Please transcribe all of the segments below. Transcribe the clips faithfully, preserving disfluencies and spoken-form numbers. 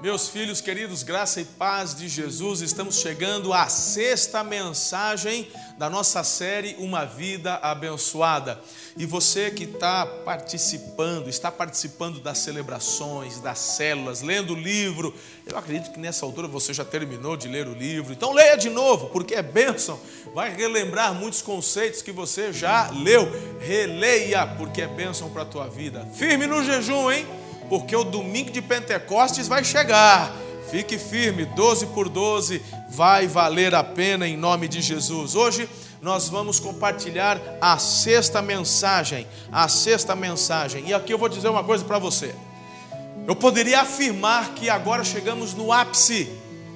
Meus filhos queridos, graça e paz de Jesus, estamos chegando à sexta mensagem da nossa série Uma Vida Abençoada. E você que está participando, está participando das celebrações, das células, lendo o livro, eu acredito que nessa altura você já terminou de ler o livro, então leia de novo, porque é bênção, vai relembrar muitos conceitos que você já leu, releia, porque é bênção para a tua vida. Firme no jejum, hein? Porque o domingo de Pentecostes vai chegar. Fique firme, doze por doze, vai valer a pena em nome de Jesus. Hoje nós vamos compartilhar a sexta mensagem, a sexta mensagem. E aqui eu vou dizer uma coisa para você. Eu poderia afirmar que agora chegamos no ápice,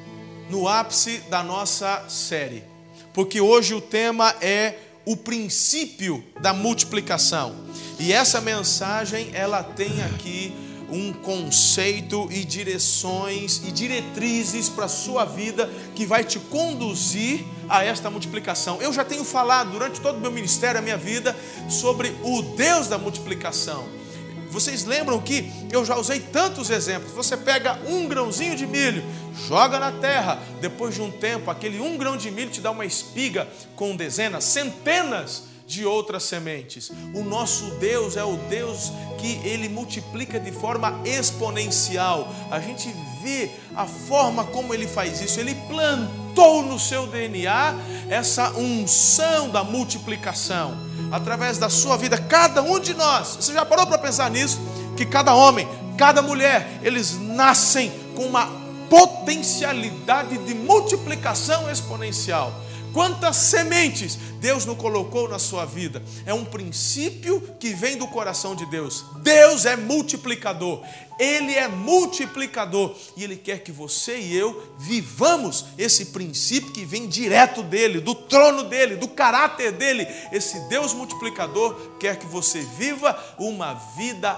no ápice da nossa série. Porque hoje o tema é o princípio da multiplicação. E essa mensagem, ela tem aqui um conceito e direções e diretrizes para a sua vida que vai te conduzir a esta multiplicação. Eu já tenho falado durante todo o meu ministério, a minha vida, sobre o Deus da multiplicação. Vocês lembram que eu já usei tantos exemplos. Você pega um grãozinho de milho, joga na terra, depois de um tempo, aquele um grão de milho te dá uma espiga com dezenas, centenas de outras sementes. O nosso Deus é o Deus que Ele multiplica de forma exponencial. A gente vê a forma como Ele faz isso. Ele plantou no seu D N A essa unção da multiplicação. Através da sua vida, cada um de nós, você já parou para pensar nisso? Que cada homem, cada mulher, eles nascem com uma potencialidade de multiplicação exponencial. Quantas sementes Deus não colocou na sua vida? É um princípio que vem do coração de Deus. Deus é multiplicador. Ele é multiplicador. E Ele quer que você e eu vivamos esse princípio que vem direto dEle, do trono dEle, do caráter dEle. Esse Deus multiplicador quer que você viva uma vida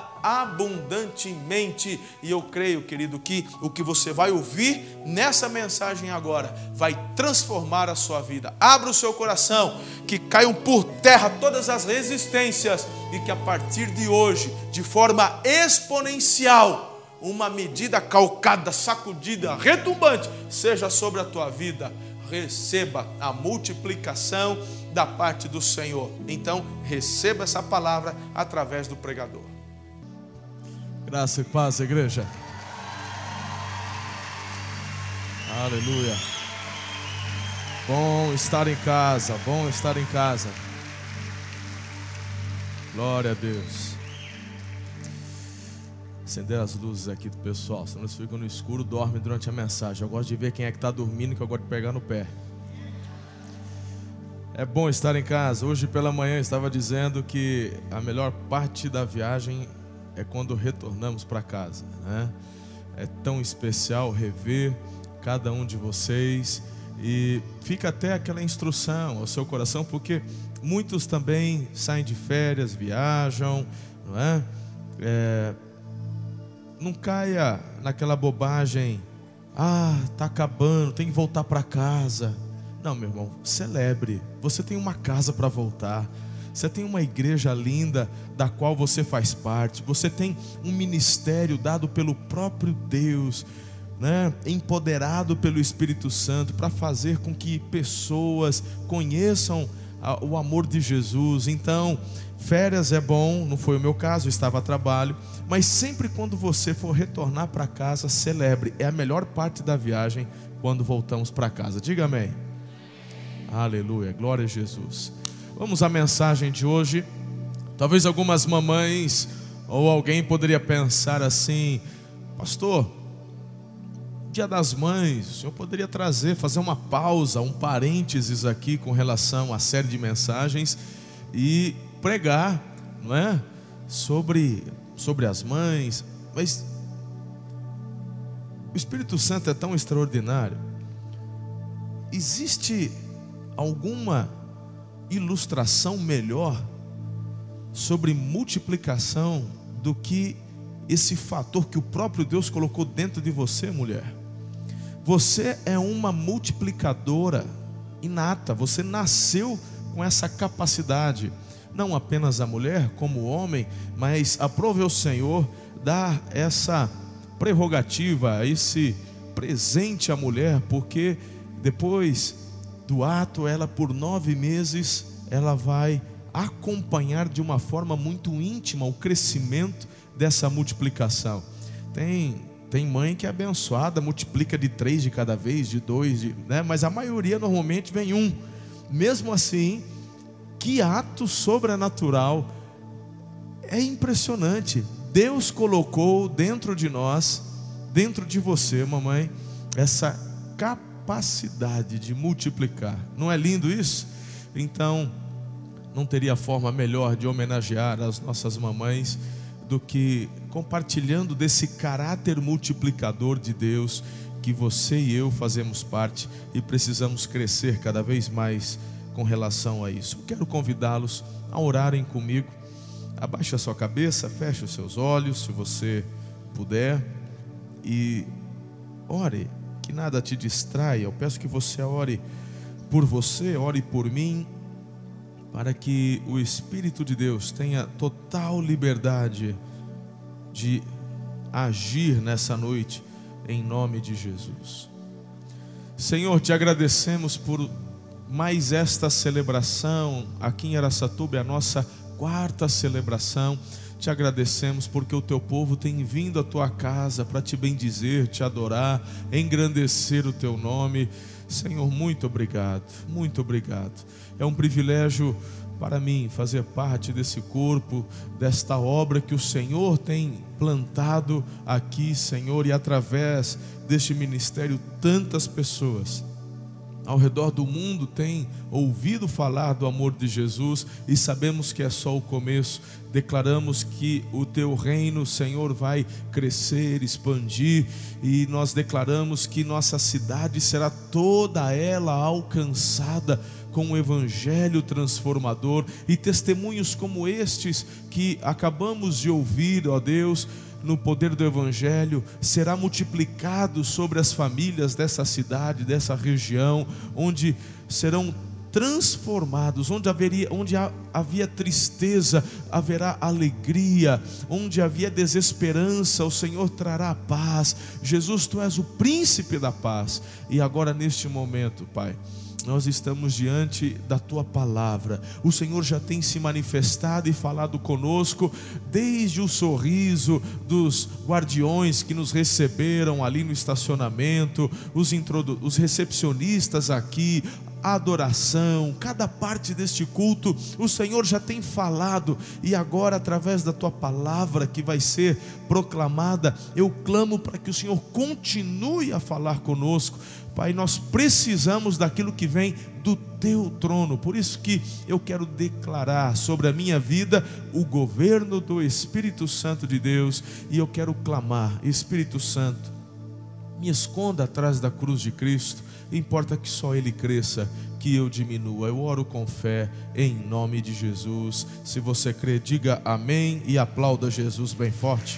abundantemente. E eu creio, querido, que o que você vai ouvir nessa mensagem agora vai transformar a sua vida. Abra o seu coração, que caiam por terra todas as resistências e que a partir de hoje, de forma exponencial, uma medida calcada, sacudida, retumbante, seja sobre a tua vida. Receba a multiplicação da parte do Senhor. Então, receba essa palavra através do pregador. Graça e paz, igreja. Aleluia. Bom estar em casa, bom estar em casa. Glória a Deus. Acender as luzes aqui do pessoal, senão eles ficam no escuro, dormem durante a mensagem. Eu gosto de ver quem é que está dormindo, que eu gosto de pegar no pé. É bom estar em casa. Hoje pela manhã eu estava dizendo que a melhor parte da viagem é quando retornamos para casa, né? É tão especial rever cada um de vocês. E fica até aquela instrução ao seu coração, porque muitos também saem de férias, viajam, não é? É, não caia naquela bobagem, ah, está acabando, tem que voltar para casa. Não, meu irmão, celebre, você tem uma casa para voltar. Você tem uma igreja linda da qual você faz parte. Você tem um ministério dado pelo próprio Deus, né? Empoderado pelo Espírito Santo para fazer com que pessoas conheçam a, o amor de Jesus. Então, férias é bom, não foi o meu caso, eu estava a trabalho, mas sempre quando você for retornar para casa, celebre. É a melhor parte da viagem quando voltamos para casa. Diga amém. Aleluia, glória a Jesus. Vamos à mensagem de hoje. Talvez algumas mamães ou alguém poderia pensar assim: pastor, Dia das Mães, o senhor poderia trazer, fazer uma pausa, um parênteses aqui com relação à série de mensagens e pregar, não é? Sobre, sobre as mães. Mas o Espírito Santo é tão extraordinário. Existe alguma ilustração melhor sobre multiplicação do que esse fator que o próprio Deus colocou dentro de você, mulher? Você é uma multiplicadora inata. Você nasceu com essa capacidade. Não apenas a mulher, como o homem, mas aprove ao Senhor dar essa prerrogativa, esse presente à mulher, porque depois do ato, ela por nove meses, ela vai acompanhar de uma forma muito íntima o crescimento dessa multiplicação. Tem, tem mãe que é abençoada, multiplica de três de cada vez, de dois, de, né? Mas a maioria normalmente vem um. Mesmo assim, que ato sobrenatural, é impressionante. Deus colocou dentro de nós, dentro de você, mamãe, essa capacidade de multiplicar. Não é lindo isso? Então, não teria forma melhor de homenagear as nossas mamães do que compartilhando desse caráter multiplicador de Deus, que você e eu fazemos parte e precisamos crescer cada vez mais com relação a isso. Eu quero convidá-los a orarem comigo. Abaixe a sua cabeça, feche os seus olhos, se você puder, e ore, que nada te distraia. Eu peço que você ore por você, ore por mim, para que o Espírito de Deus tenha total liberdade de agir nessa noite, em nome de Jesus. Senhor, te agradecemos por mais esta celebração aqui em Araçatuba, a nossa quarta celebração. Te agradecemos porque o teu povo tem vindo à tua casa para te bendizer, te adorar, engrandecer o teu nome. Senhor, muito obrigado, muito obrigado. É um privilégio para mim fazer parte desse corpo, desta obra que o Senhor tem plantado aqui, Senhor, e através deste ministério tantas pessoas ao redor do mundo têm ouvido falar do amor de Jesus, e sabemos que é só o começo. Declaramos que o teu reino, Senhor, vai crescer, expandir, e nós declaramos que nossa cidade será toda ela alcançada com o evangelho transformador, e testemunhos como estes que acabamos de ouvir, ó Deus, no poder do evangelho, será multiplicado sobre as famílias dessa cidade, dessa região, onde serão transformados, onde haveria, onde havia tristeza, haverá alegria, onde havia desesperança, o Senhor trará paz. Jesus, tu és o príncipe da paz, e agora neste momento, Pai, nós estamos diante da tua palavra. O Senhor já tem se manifestado e falado conosco, desde o sorriso dos guardiões que nos receberam ali no estacionamento, os, introdu- os recepcionistas aqui, a adoração, cada parte deste culto, o Senhor já tem falado, e agora através da tua palavra que vai ser proclamada, eu clamo para que o Senhor continue a falar conosco. Pai, nós precisamos daquilo que vem do teu trono. Por isso que eu quero declarar sobre a minha vida o governo do Espírito Santo de Deus, e eu quero clamar: Espírito Santo, me esconda atrás da cruz de Cristo. Importa que só Ele cresça, que eu diminua. Eu oro com fé em nome de Jesus. Se você crê, diga amém e aplauda Jesus bem forte.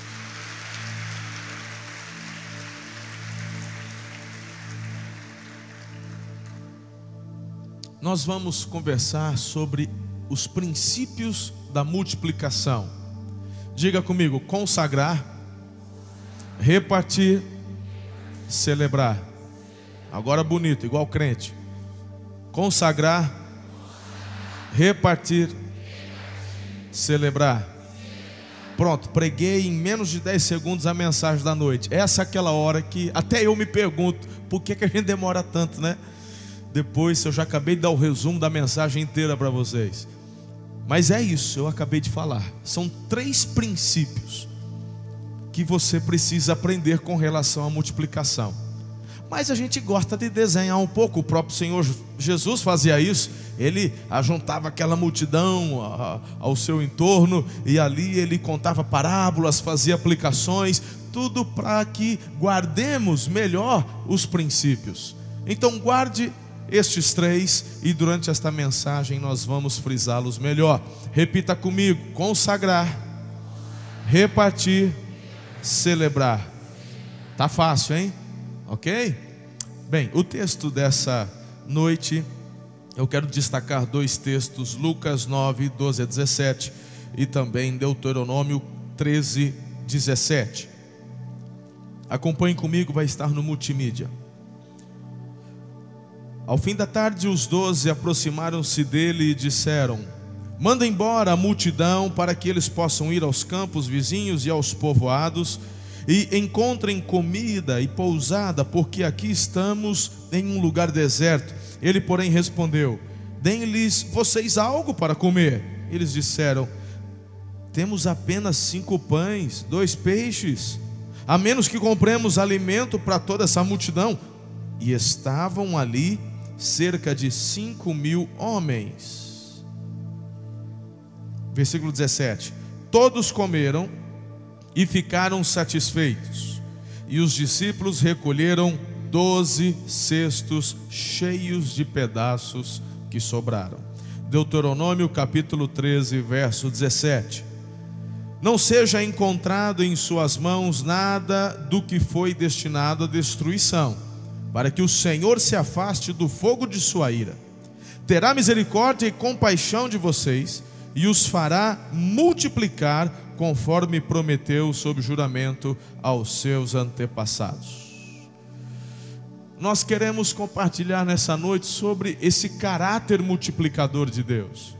Nós vamos conversar sobre os princípios da multiplicação. Diga comigo: consagrar, repartir, celebrar. Agora bonito, igual crente. Consagrar, repartir, celebrar. Pronto, preguei em menos de dez segundos a mensagem da noite. Essa é aquela hora que até eu me pergunto, por que que a gente demora tanto, né? Depois eu já acabei de dar o resumo da mensagem inteira para vocês. Mas é isso, eu acabei de falar. São três princípios que você precisa aprender com relação à multiplicação. Mas a gente gosta de desenhar um pouco. O próprio Senhor Jesus fazia isso. Ele ajuntava aquela multidão ao seu entorno, e ali ele contava parábolas, fazia aplicações, tudo para que guardemos melhor os princípios. Então guarde estes três, e durante esta mensagem nós vamos frisá-los melhor. Repita comigo: consagrar, repartir, celebrar. Tá fácil, hein? Ok? Bem, o texto dessa noite, eu quero destacar dois textos: Lucas nove, doze a dezessete, e também Deuteronômio treze, dezessete. Acompanhe comigo, vai estar no multimídia. Ao fim da tarde, os doze aproximaram-se dele e disseram: manda embora a multidão para que eles possam ir aos campos vizinhos e aos povoados e encontrem comida e pousada, porque aqui estamos em um lugar deserto. Ele, porém, respondeu: deem-lhes vocês algo para comer. Eles disseram: temos apenas cinco pães, dois peixes, a menos que compremos alimento para toda essa multidão. E estavam ali cerca de cinco mil homens. Versículo dezessete. Todos comeram e ficaram satisfeitos, e os discípulos recolheram doze cestos cheios de pedaços que sobraram. Deuteronômio capítulo treze, verso dezessete. Não seja encontrado em suas mãos nada do que foi destinado à destruição, para que o Senhor se afaste do fogo de sua ira. Terá misericórdia e compaixão de vocês, e os fará multiplicar, conforme prometeu sob juramento aos seus antepassados. Nós queremos compartilhar nessa noite sobre esse caráter multiplicador de Deus.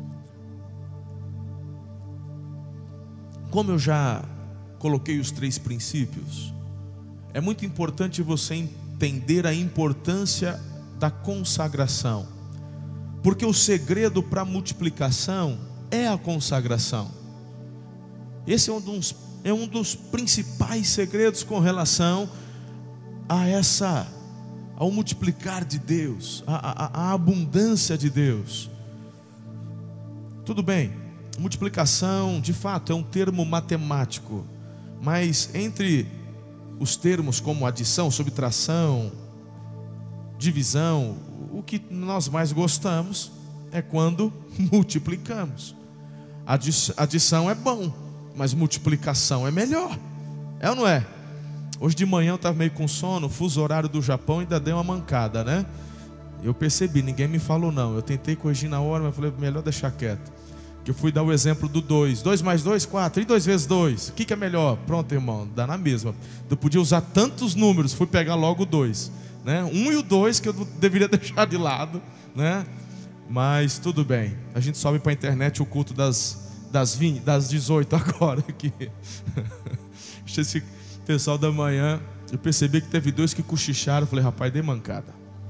Como eu já coloquei os três princípios, é muito importante você entender a importância da consagração, porque o segredo para a multiplicação é a consagração. Esse é um dos, é um dos principais segredos com relação a essa, ao multiplicar de Deus, a, a, a abundância de Deus. Tudo bem, multiplicação de fato é um termo matemático, mas entre os termos como adição, subtração, divisão, o que nós mais gostamos é quando multiplicamos. Adição é bom, mas multiplicação é melhor, é ou não é? Hoje de manhã eu estava meio com sono, fuso horário do Japão, ainda dei uma mancada, né? Eu percebi, ninguém me falou não. Eu tentei corrigir na hora, mas falei, melhor deixar quieto. Que eu fui dar o exemplo do dois. dois mais dois, quatro. E dois vezes dois? O que, que é melhor? Pronto, irmão, dá na mesma. Eu podia usar tantos números, fui pegar logo o dois, né? Um e o dois que eu deveria deixar de lado, né? Mas tudo bem. A gente sobe para a internet o culto das, das, vinte, das dezoito agora aqui. Esse pessoal da manhã, eu percebi que teve dois que cochicharam. Eu falei, rapaz, dei mancada.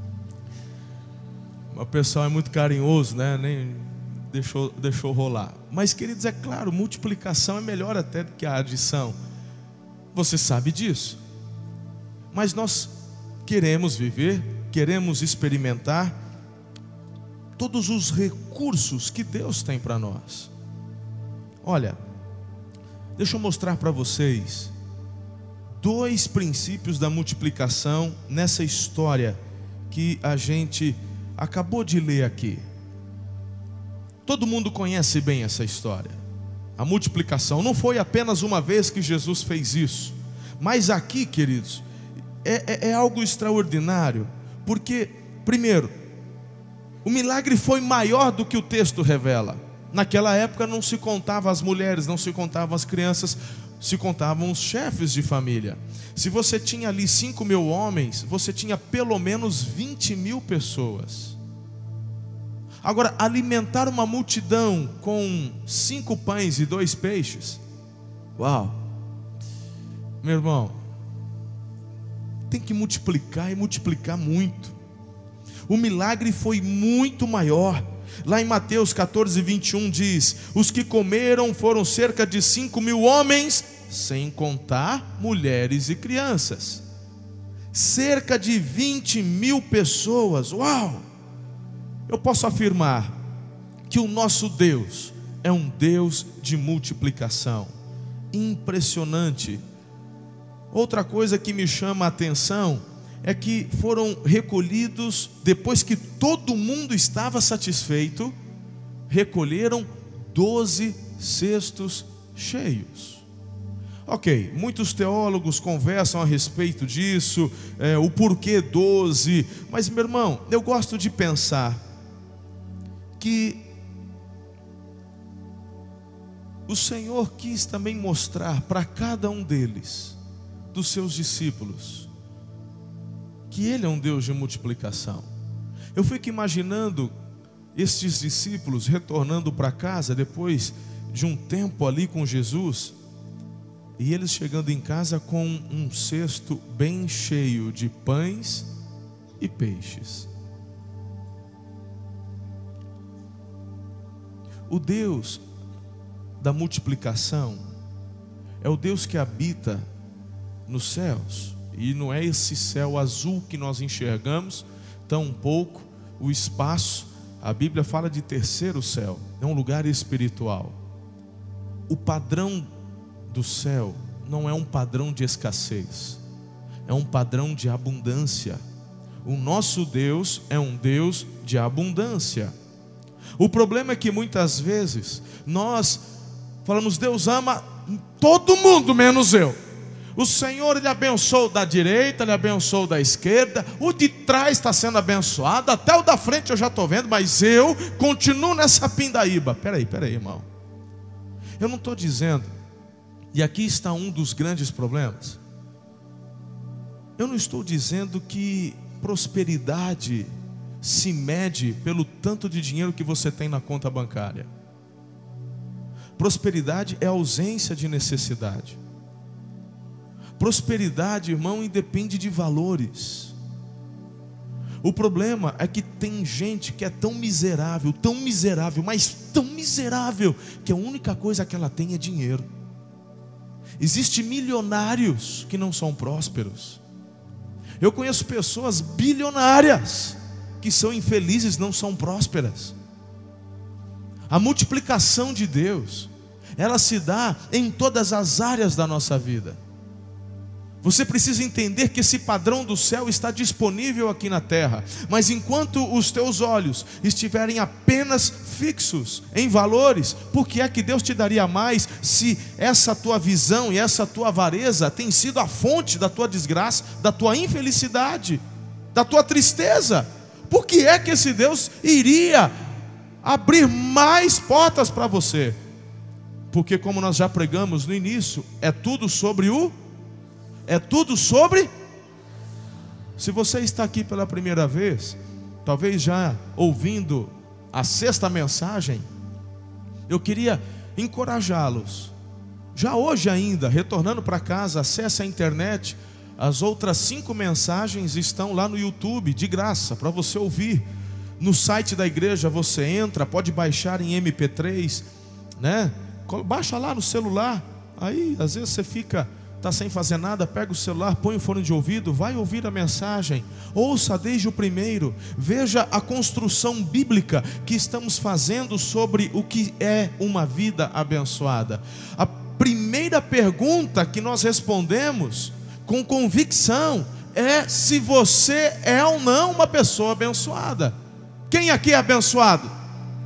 O pessoal é muito carinhoso, né? Nem deixou, deixou rolar. Mas, queridos, é claro, multiplicação é melhor até do que a adição. Você sabe disso. Mas nós queremos viver, queremos experimentar todos os recursos que Deus tem para nós. Olha, deixa eu mostrar para vocês dois princípios da multiplicação nessa história que a gente acabou de ler aqui. Todo mundo conhece bem essa história. A multiplicação não foi apenas uma vez que Jesus fez isso, mas aqui, queridos, é, é, é algo extraordinário, porque, primeiro, o milagre foi maior do que o texto revela. Naquela época não se contava as mulheres, não se contavam as crianças, se contavam os chefes de família. Se você tinha ali cinco mil homens, você tinha pelo menos vinte mil pessoas. Agora, alimentar uma multidão com cinco pães e dois peixes, uau, meu irmão, tem que multiplicar e multiplicar muito. O milagre foi muito maior. Lá em Mateus catorze, vinte e um diz: os que comeram foram cerca de cinco mil homens, sem contar mulheres e crianças. Cerca de vinte mil pessoas. Uau! Eu posso afirmar que o nosso Deus é um Deus de multiplicação. Impressionante. Outra coisa que me chama a atenção é que foram recolhidos, depois que todo mundo estava satisfeito, recolheram doze cestos cheios. Ok, muitos teólogos conversam a respeito disso, é, o porquê doze, mas, meu irmão, eu gosto de pensar que o Senhor quis também mostrar para cada um deles dos seus discípulos que Ele é um Deus de multiplicação. Eu fico imaginando estes discípulos retornando para casa depois de um tempo ali com Jesus, e eles chegando em casa com um cesto bem cheio de pães e peixes. O Deus da multiplicação é o Deus que habita nos céus, e não é esse céu azul que nós enxergamos, tampouco o espaço. A Bíblia fala de terceiro céu, é um lugar espiritual. O padrão do céu não é um padrão de escassez, é um padrão de abundância. O nosso Deus é um Deus de abundância. O problema é que muitas vezes nós falamos: Deus ama todo mundo menos eu. O Senhor, Ele abençoou da direita, Ele abençoou da esquerda, o de trás está sendo abençoado, até o da frente eu já estou vendo, mas eu continuo nessa pindaíba. Peraí, peraí, irmão. Eu não estou dizendo, e aqui está um dos grandes problemas, eu não estou dizendo que prosperidade se mede pelo tanto de dinheiro que você tem na conta bancária. Prosperidade é ausência de necessidade. Prosperidade, irmão, independe de valores. O problema é que tem gente que é tão miserável, tão miserável, mas tão miserável, que a única coisa que ela tem é dinheiro. Existem milionários que não são prósperos. Eu conheço pessoas bilionárias que são infelizes, não são prósperas. A multiplicação de Deus, ela se dá em todas as áreas da nossa vida. Você precisa entender que esse padrão do céu está disponível aqui na terra, mas enquanto os teus olhos estiverem apenas fixos em valores, por que é que Deus te daria mais, se essa tua visão e essa tua avareza tem sido a fonte da tua desgraça, da tua infelicidade, da tua tristeza? Por que é que esse Deus iria abrir mais portas para você? Porque, como nós já pregamos no início, é tudo sobre o É tudo sobre. Se você está aqui pela primeira vez, talvez já ouvindo a sexta mensagem, eu queria encorajá-los, já hoje ainda, retornando para casa, acesse a internet. As outras cinco mensagens estão lá no YouTube, de graça, para você ouvir. No site da igreja você entra, pode baixar em M P três, né? Baixa lá no celular. Aí às vezes você fica, está sem fazer nada, pega o celular, põe o fone de ouvido, vai ouvir a mensagem, ouça desde o primeiro, veja a construção bíblica que estamos fazendo sobre o que é uma vida abençoada. A primeira pergunta que nós respondemos com convicção é se você é ou não uma pessoa abençoada. Quem aqui é abençoado?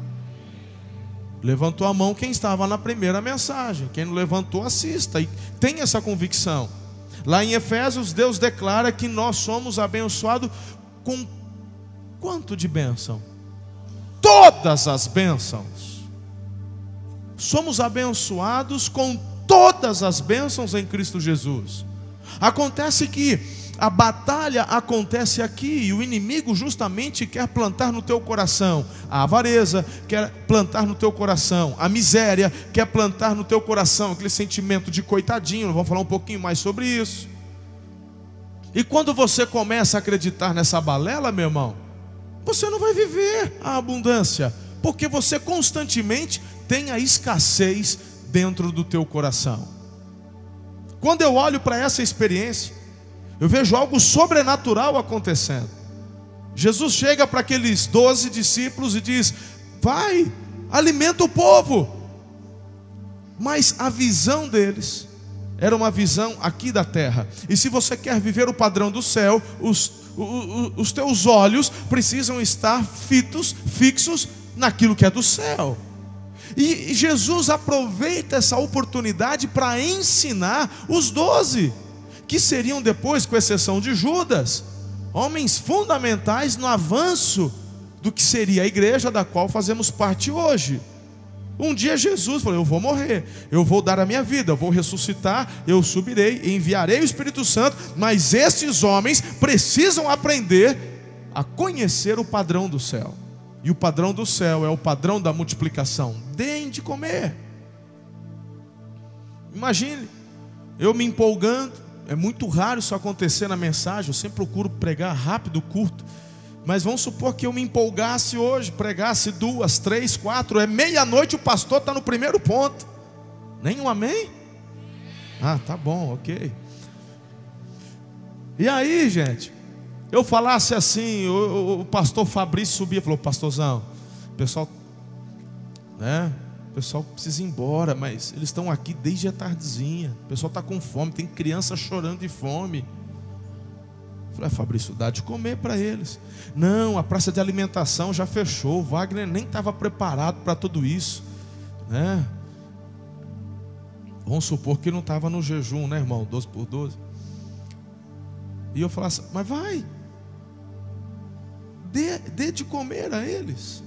Levantou a mão quem estava na primeira mensagem. Quem não levantou, assista e tenha essa convicção. Lá em Efésios, Deus declara que nós somos abençoados com quanto de bênção? Todas as bênçãos. Somos abençoados com todas as bênçãos em Cristo Jesus. Acontece que a batalha acontece aqui, e o inimigo justamente quer plantar no teu coração a avareza, quer plantar no teu coração a miséria, quer plantar no teu coração aquele sentimento de coitadinho. Vamos falar um pouquinho mais sobre isso. E quando você começa a acreditar nessa balela, meu irmão, você não vai viver a abundância, porque você constantemente tem a escassez dentro do teu coração. Quando eu olho para essa experiência, eu vejo algo sobrenatural acontecendo. Jesus chega para aqueles doze discípulos e diz: vai, alimenta o povo. Mas a visão deles era uma visão aqui da terra. E se você quer viver o padrão do céu, os, os, os teus olhos precisam estar fitos, fixos naquilo que é do céu. E Jesus aproveita essa oportunidade para ensinar os doze, que seriam depois, com exceção de Judas, homens fundamentais no avanço do que seria a igreja da qual fazemos parte hoje. Um dia Jesus falou: eu vou morrer, eu vou dar a minha vida, eu vou ressuscitar, eu subirei, enviarei o Espírito Santo, mas esses homens precisam aprender a conhecer o padrão do céu. E o padrão do céu é o padrão da multiplicação. Deem de comer. Imagine, eu me empolgando. É muito raro isso acontecer na mensagem. Eu sempre procuro pregar rápido, curto. Mas vamos supor que eu me empolgasse hoje, pregasse duas, três, quatro, é meia-noite, o pastor está no primeiro ponto. Nem um amém? Ah, tá bom, ok. E aí, gente, eu falasse assim, o, o pastor Fabrício subia e falou: pastorzão, o pessoal, né, o pessoal precisa ir embora, mas eles estão aqui desde a tardezinha, o pessoal está com fome, tem criança chorando de fome. Falei: Fabrício, dá de comer para eles. Não, a praça de alimentação já fechou. O Wagner nem estava preparado para tudo isso, né? Vamos supor que não estava no jejum, né, irmão? doze por doze. E eu falava assim: mas vai, dê, dê de comer a eles.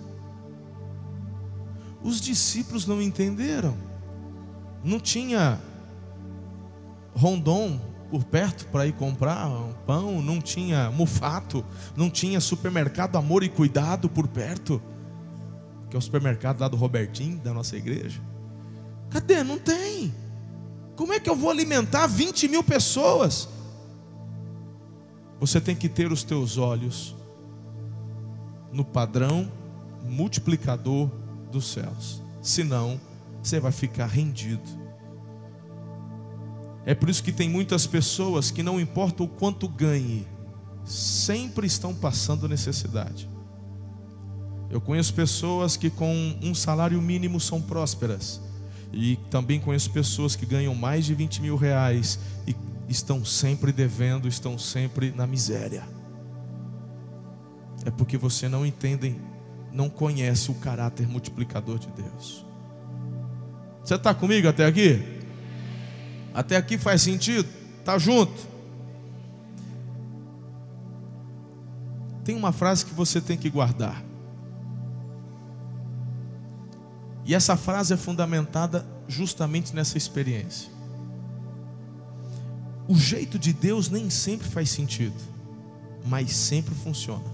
Os discípulos não entenderam. Não tinha Rondon por perto para ir comprar um pão, não tinha Mufato, não tinha supermercado Amor e Cuidado por perto, que é o supermercado lá do Robertinho, da nossa igreja. Cadê? Não tem. Como é que eu vou alimentar vinte mil pessoas? Você tem que ter os teus olhos no padrão multiplicador dos céus, senão você vai ficar rendido. É por isso que tem muitas pessoas que, não importa o quanto ganhe, sempre estão passando necessidade. Eu conheço pessoas que com um salário mínimo são prósperas, e também conheço pessoas que ganham mais de vinte mil reais e estão sempre devendo, estão sempre na miséria. É porque você não entende, não conhece o caráter multiplicador de Deus. Você está comigo até aqui? Até aqui faz sentido? Está junto? Tem uma frase que você tem que guardar. E essa frase é fundamentada justamente nessa experiência. O jeito de Deus nem sempre faz sentido, mas sempre funciona.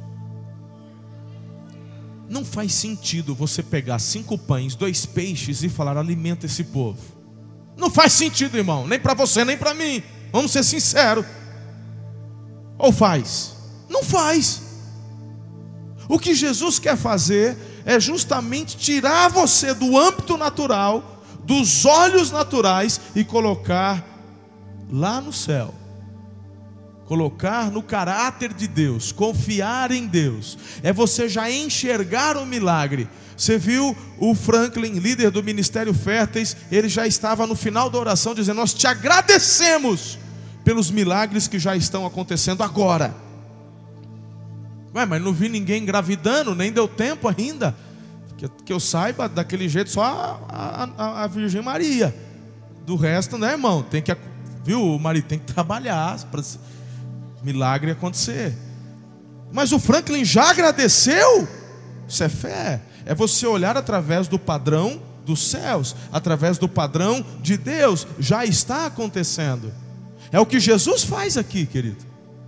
Não faz sentido você pegar cinco pães, dois peixes e falar: alimenta esse povo. Não faz sentido, irmão, nem para você, nem para mim. Vamos ser sinceros. Ou faz? Não faz. O que Jesus quer fazer é justamente tirar você do âmbito natural, dos olhos naturais, e colocar lá no céu. Colocar no caráter de Deus, confiar em Deus. É você já enxergar o milagre. Você viu o Franklin, líder do Ministério Férteis, ele já estava no final da oração dizendo: nós te agradecemos pelos milagres que já estão acontecendo agora. Ué, mas não vi ninguém engravidando, nem deu tempo ainda. Que, que eu saiba, daquele jeito só a, a, a Virgem Maria. Do resto, né, irmão? Tem que, viu, o marido tem que trabalhar para milagre acontecer. Mas o Franklin já agradeceu. Isso é fé. É você olhar através do padrão dos céus, através do padrão de Deus. Já está acontecendo. É o que Jesus faz aqui, querido.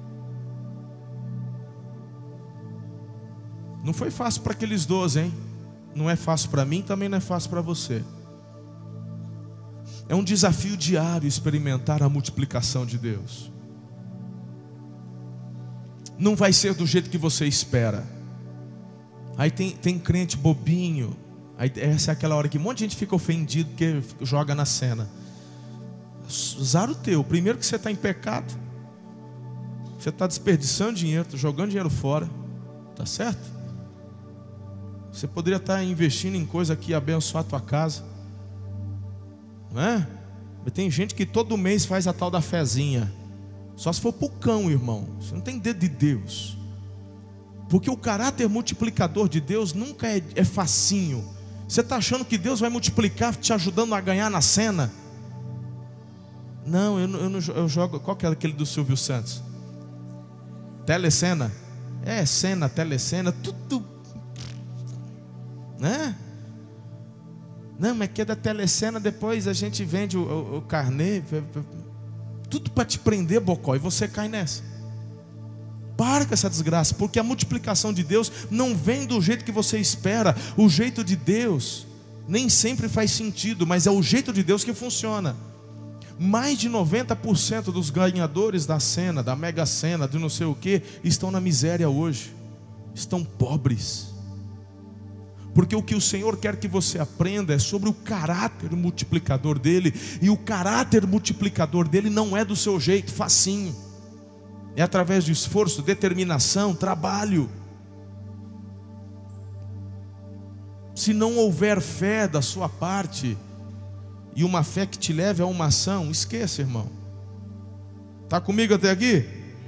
Não foi fácil para aqueles doze, hein? Não é fácil para mim, também não é fácil para você. É um desafio diário experimentar a multiplicação de Deus. Não vai ser do jeito que você espera. Aí tem, tem crente bobinho. Aí essa é aquela hora que um monte de gente fica ofendido porque joga na cena. Usar o teu. Primeiro que você está em pecado. Você está desperdiçando dinheiro, está jogando dinheiro fora. Tá certo? Você poderia estar investindo em coisa que ia abençoar a tua casa. Não é? Mas tem gente que todo mês faz a tal da fezinha. Só se for pro cão, irmão. Você não tem dedo de Deus. Porque o caráter multiplicador de Deus nunca é, é facinho. Você está achando que Deus vai multiplicar te ajudando a ganhar na cena? Não, eu, eu, não, eu jogo. Qual que é aquele do Silvio Santos? Telecena? É, cena, telecena, tudo, né? Não, mas que é da telecena, depois a gente vende o, o, o carnê. Tudo para te prender, bocó, e você cai nessa. Para com essa desgraça, porque a multiplicação de Deus não vem do jeito que você espera. O jeito de Deus nem sempre faz sentido, mas é o jeito de Deus que funciona. Mais de noventa por cento dos ganhadores da cena, da mega cena, de não sei o que, estão na miséria hoje. Estão pobres. Porque o que o Senhor quer que você aprenda é sobre o caráter multiplicador dele. E o caráter multiplicador dele não é do seu jeito, facinho. É através de esforço, determinação, trabalho. Se não houver fé da sua parte, e uma fé que te leve a uma ação, esqueça, irmão. Está comigo até aqui?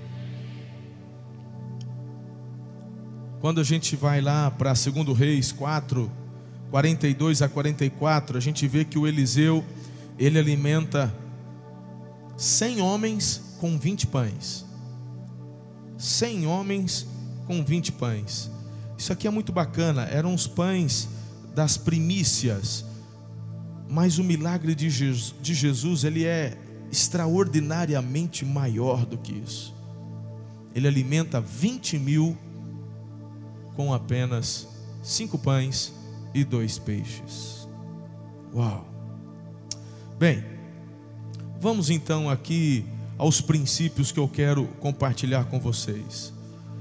Quando a gente vai lá para segundo Reis quatro, quarenta e dois a quarenta e quatro, a gente vê que o Eliseu, ele alimenta cem homens com vinte pães. cem homens com vinte pães. Isso aqui é muito bacana, eram os pães das primícias. Mas o milagre de Jesus, de Jesus, ele é extraordinariamente maior do que isso. Ele alimenta vinte mil com apenas cinco pães e dois peixes. Uau! Bem, vamos então aqui aos princípios que eu quero compartilhar com vocês.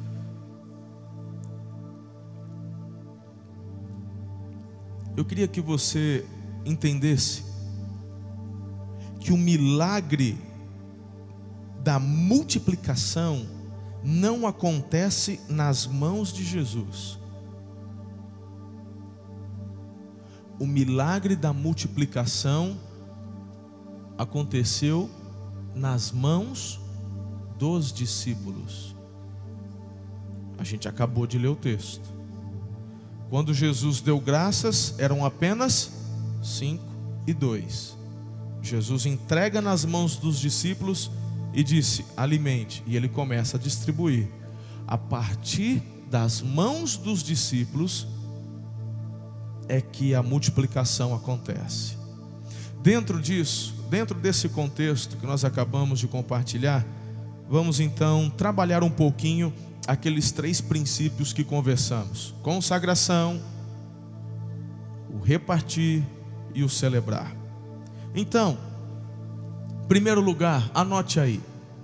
Eu queria que você entendesse que o milagre da multiplicação não acontece nas mãos de Jesus. O milagre da multiplicação aconteceu nas mãos dos discípulos. A gente acabou de ler o texto. Quando Jesus deu graças, eram apenas cinco e dois. Jesus entrega nas mãos dos discípulos e disse: alimente. E ele começa a distribuir. A partir das mãos dos discípulos é que a multiplicação acontece. Dentro disso, dentro desse contexto que nós acabamos de compartilhar, vamos então trabalhar um pouquinho aqueles três princípios que conversamos: consagração, o repartir e o celebrar. Então, em primeiro lugar, anote aí: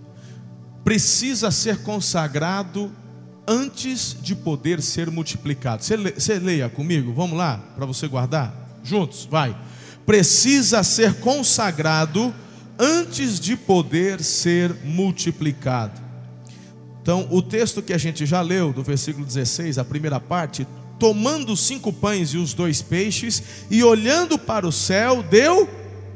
precisa ser consagrado antes de poder ser multiplicado. Você, le, você leia comigo, vamos lá, para você guardar? Juntos, vai. Precisa ser consagrado antes de poder ser multiplicado. Então, o texto que a gente já leu, do versículo dezesseis, a primeira parte: tomando os cinco pães e os dois peixes, e olhando para o céu, deu,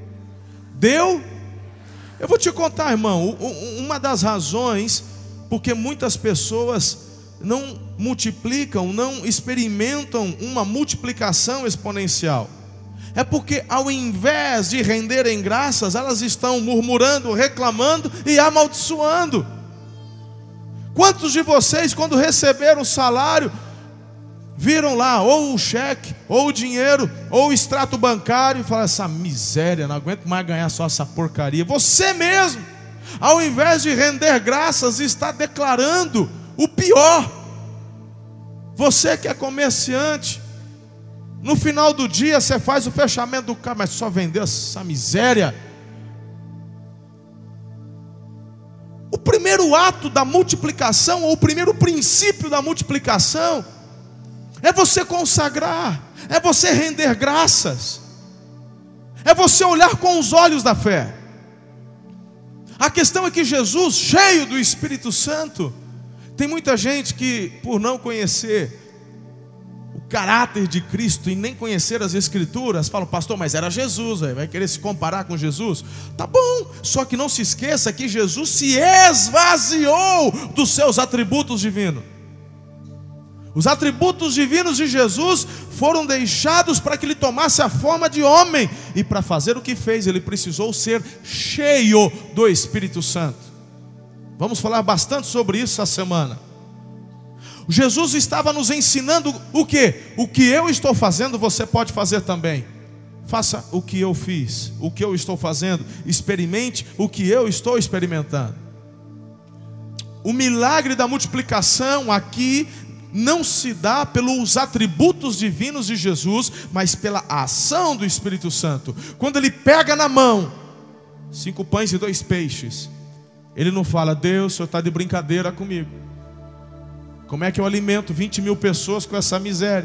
deu, eu vou te contar, irmão, uma das razões porque muitas pessoas não multiplicam, não experimentam uma multiplicação exponencial, é porque ao invés de renderem graças, elas estão murmurando, reclamando e amaldiçoando. Quantos de vocês, quando receberam o salário, viram lá ou o cheque, ou o dinheiro, ou o extrato bancário e falaram: essa miséria, não aguento mais ganhar só essa porcaria? Você mesmo, ao invés de render graças, está declarando o pior. Você que é comerciante, no final do dia você faz o fechamento do carro, mas só vendeu essa miséria. O primeiro ato da multiplicação, ou o primeiro princípio da multiplicação, é você consagrar, é você render graças, é você olhar com os olhos da fé. A questão é que Jesus, cheio do Espírito Santo, tem muita gente que, por não conhecer o caráter de Cristo e nem conhecer as Escrituras, fala: pastor, mas era Jesus, vai querer se comparar com Jesus? Tá bom, só que não se esqueça que Jesus se esvaziou dos seus atributos divinos. Os atributos divinos de Jesus foram deixados para que ele tomasse a forma de homem, e para fazer o que fez, ele precisou ser cheio do Espírito Santo. Vamos falar bastante sobre isso essa semana. Jesus estava nos ensinando o que? O que eu estou fazendo, você pode fazer também. faça o que eu fiz, o que eu estou fazendo, experimente o que eu estou experimentando. O milagre da multiplicação aqui não se dá pelos atributos divinos de Jesus, mas pela ação do Espírito Santo. Quando ele pega na mão cinco pães e dois peixes, ele não fala: Deus, o Senhor está de brincadeira comigo. Como é que eu alimento vinte mil pessoas com essa miséria?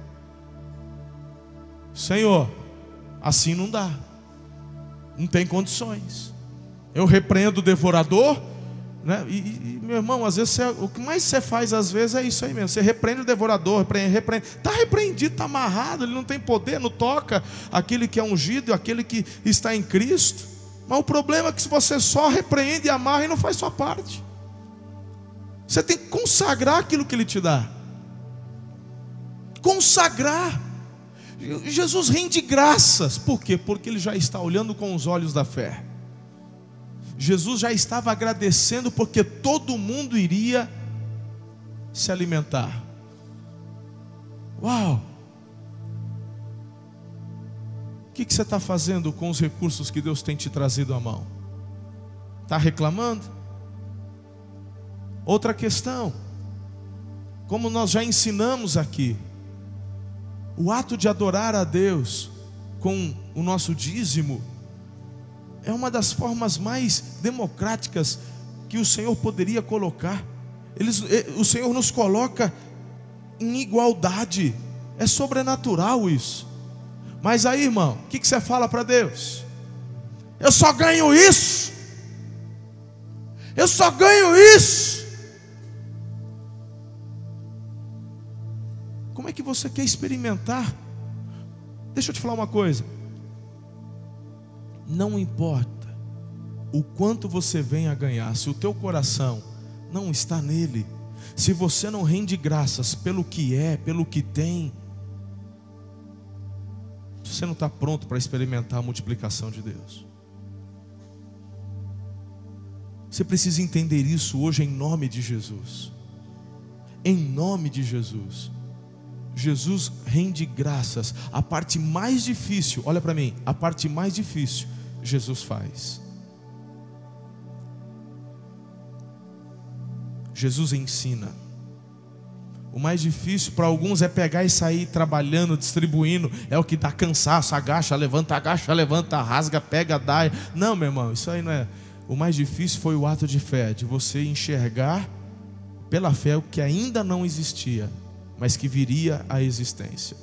Senhor, assim não dá, não tem condições. Eu repreendo o devorador, né? E, e meu irmão, às vezes você, o que mais você faz às vezes é isso aí mesmo. Você repreende o devorador, repreende, repreende. Está repreendido, está amarrado, ele não tem poder, não toca aquele que é ungido, aquele que está em Cristo. Mas o problema é que se você só repreende e amarra e não faz sua parte, você tem que consagrar aquilo que Ele te dá. Consagrar. Jesus rende graças. Por quê? Porque Ele já está olhando com os olhos da fé. Jesus já estava agradecendo porque todo mundo iria se alimentar. Uau! O que, que você está fazendo com os recursos que Deus tem te trazido à mão? Está reclamando? Outra questão, como nós já ensinamos aqui, o ato de adorar a Deus com o nosso dízimo é uma das formas mais democráticas que o Senhor poderia colocar. Eles, o Senhor nos coloca em igualdade. É sobrenatural isso. Mas aí, irmão, o que, que você fala para Deus? Eu só ganho isso. Eu só ganho isso. Como é que você quer experimentar? Deixa eu te falar uma coisa. Não importa o quanto você venha a ganhar, se o teu coração não está nele, se você não rende graças pelo que é, pelo que tem, você não está pronto para experimentar a multiplicação de Deus. Você precisa entender isso hoje em nome de Jesus. Em nome de Jesus. Jesus rende graças. A parte mais difícil, olha para mim, a parte mais difícil Jesus faz. Jesus ensina. O mais difícil para alguns é pegar e sair trabalhando, distribuindo. É o que dá cansaço, agacha, levanta, agacha, levanta, rasga, pega, dá. Não, meu irmão, isso aí não é. O mais difícil foi o ato de fé, de você enxergar pela fé o que ainda não existia, mas que viria à existência.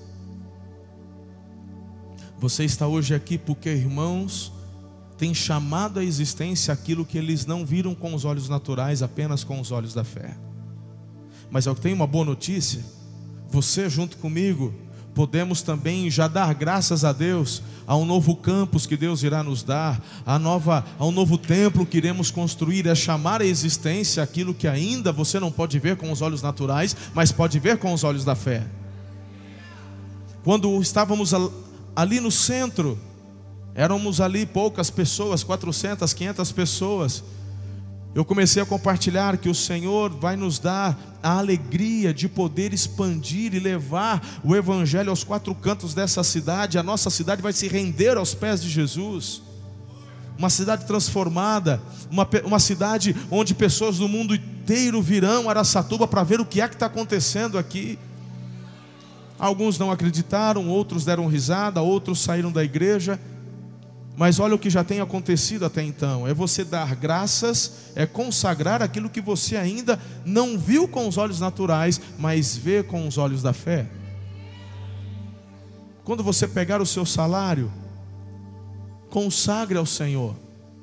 Você está hoje aqui porque irmãos têm chamado à existência aquilo que eles não viram com os olhos naturais, apenas com os olhos da fé. Mas eu tenho uma boa notícia. Você junto comigo podemos também já dar graças a Deus a um novo campus que Deus irá nos dar, a, nova, a um novo templo que iremos construir. É chamar à existência aquilo que ainda você não pode ver com os olhos naturais, mas pode ver com os olhos da fé. Quando estávamos ali no centro, éramos ali poucas pessoas, quatrocentas, quinhentas pessoas. Eu comecei a compartilhar que o Senhor vai nos dar a alegria de poder expandir e levar o Evangelho aos quatro cantos dessa cidade. A nossa cidade vai se render aos pés de Jesus. Uma cidade transformada, uma, uma cidade onde pessoas do mundo inteiro virão a Araçatuba para ver o que é que está acontecendo aqui. Alguns não acreditaram, outros deram risada, outros saíram da igreja. Mas olha o que já tem acontecido até então. É você dar graças, é consagrar aquilo que você ainda não viu com os olhos naturais, mas vê com os olhos da fé. Quando você pegar o seu salário, consagre ao Senhor.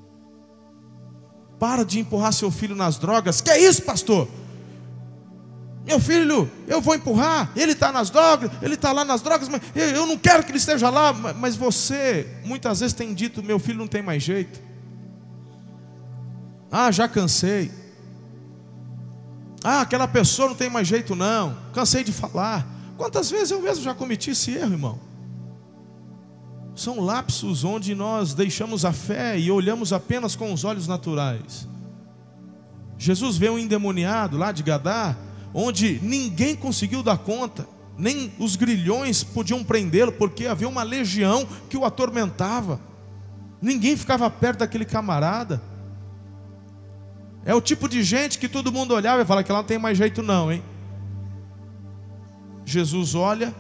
Para de empurrar seu filho nas drogas. Que é isso, pastor? Meu filho, eu vou empurrar, ele está nas drogas, ele está lá nas drogas, mas eu não quero que ele esteja lá. Mas você, muitas vezes tem dito, meu filho não tem mais jeito. Ah, já cansei. Ah, aquela pessoa não tem mais jeito não, cansei de falar. Quantas vezes eu mesmo já cometi esse erro, irmão? São lapsos onde nós deixamos a fé e olhamos apenas com os olhos naturais. Jesus vê um endemoniado lá de Gadá, onde ninguém conseguiu dar conta, nem os grilhões podiam prendê-lo, porque havia uma legião que o atormentava. Ninguém ficava perto daquele camarada. É o tipo de gente que todo mundo olhava e falava que ela não tem mais jeito não, hein? Jesus olha,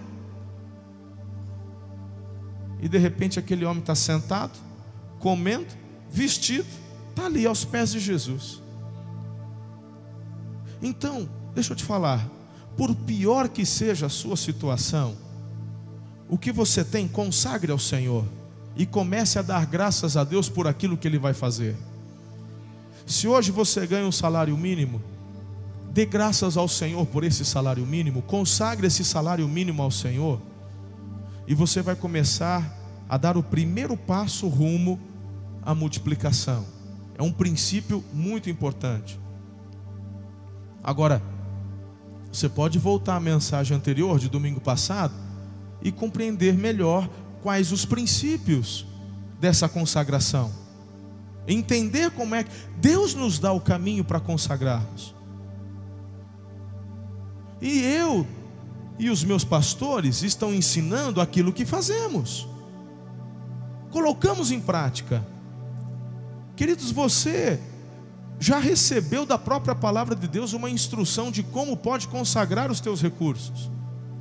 e de repente aquele homem está sentado, comendo, vestido, está ali aos pés de Jesus. Então, deixa eu te falar, por pior que seja a sua situação, o que você tem, consagre ao Senhor e comece a dar graças a Deus por aquilo que Ele vai fazer. Se hoje você ganha um salário mínimo, dê graças ao Senhor por esse salário mínimo, consagre esse salário mínimo ao Senhor, e você vai começar a dar o primeiro passo rumo à multiplicação. É um princípio muito importante. Agora, você pode voltar à mensagem anterior de domingo passado e compreender melhor quais os princípios dessa consagração. Entender como é que Deus nos dá o caminho para consagrarmos. E eu e os meus pastores estão ensinando aquilo que fazemos. Colocamos em prática. Queridos, você já recebeu da própria palavra de Deus uma instrução de como pode consagrar os teus recursos.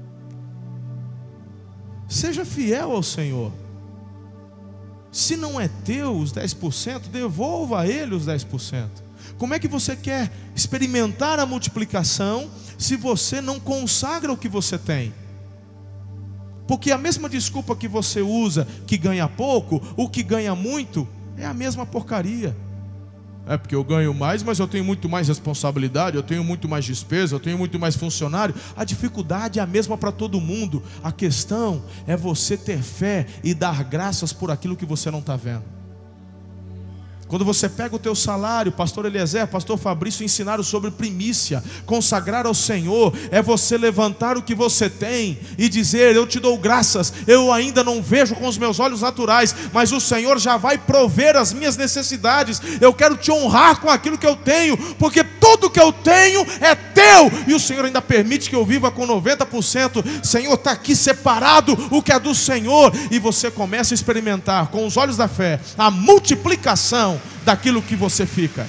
Seja fiel ao Senhor. Se não é teu os dez por cento, devolva a Ele os dez por cento. Como é que você quer experimentar a multiplicação se você não consagra o que você tem? Porque a mesma desculpa que você usa, que ganha pouco, o que ganha muito, é a mesma porcaria. É porque eu ganho mais, mas eu tenho muito mais responsabilidade, eu tenho muito mais despesa, eu tenho muito mais funcionário. A dificuldade é a mesma para todo mundo. A questão é você ter fé e dar graças por aquilo que você não está vendo. Quando você pega o teu salário, pastor Eliezer, pastor Fabrício ensinaram sobre primícia. Consagrar ao Senhor é você levantar o que você tem e dizer: eu te dou graças, eu ainda não vejo com os meus olhos naturais, mas o Senhor já vai prover as minhas necessidades. Eu quero te honrar com aquilo que eu tenho, porque tudo que eu tenho é teu, e o Senhor ainda permite que eu viva com noventa por cento. Senhor, está aqui separado o que é do Senhor, e você começa a experimentar com os olhos da fé a multiplicação daquilo que você fica.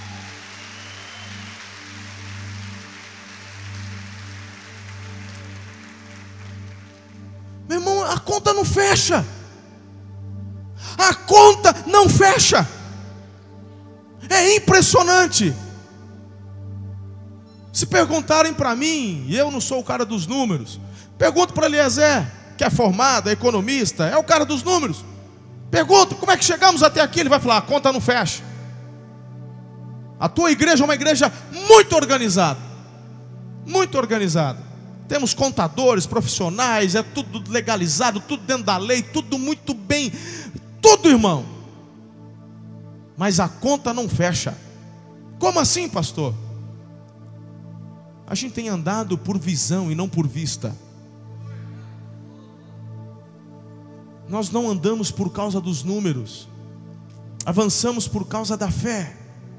Meu irmão, a conta não fecha. A conta não fecha. É impressionante. Se perguntarem para mim, e eu não sou o cara dos números, pergunto para Eliezer, que é formado, é economista, é o cara dos números. Pergunta, como é que chegamos até aqui? Ele vai falar: a conta não fecha. A tua igreja é uma igreja muito organizada. Muito organizada. Temos contadores, profissionais, é tudo legalizado, tudo dentro da lei, tudo muito bem. Tudo, irmão. Mas a conta não fecha. Como assim, pastor? A gente tem andado por visão e não por vista. Nós não andamos por causa dos números, avançamos por causa da fé.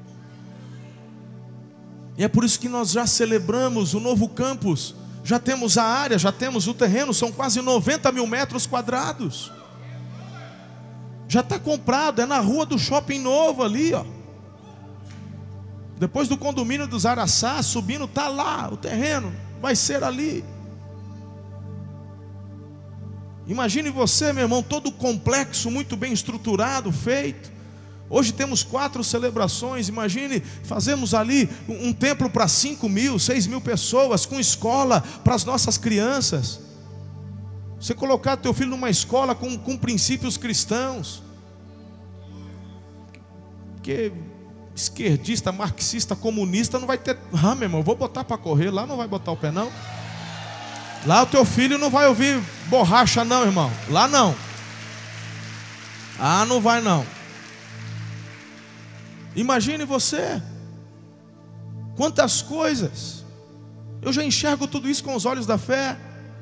E é por isso que nós já celebramos o novo campus. Já temos a área, já temos o terreno, são quase noventa mil metros quadrados. Já está comprado, é na rua do shopping novo ali, ó. Depois do condomínio dos Araçá, subindo, está lá o terreno, vai ser ali. Imagine você, meu irmão, todo complexo, muito bem estruturado, feito. Hoje temos quatro celebrações. Imagine, fazemos ali um, um templo para cinco mil, seis mil pessoas, com escola para as nossas crianças. Você colocar teu filho numa escola com, com princípios cristãos. Porque esquerdista, marxista, comunista não vai ter. Ah, meu irmão, vou botar para correr, lá não vai botar o pé não. Lá o teu filho não vai ouvir borracha não, irmão. Lá não. Ah, não vai não. Imagine você. Quantas coisas. Eu já enxergo tudo isso com os olhos da fé.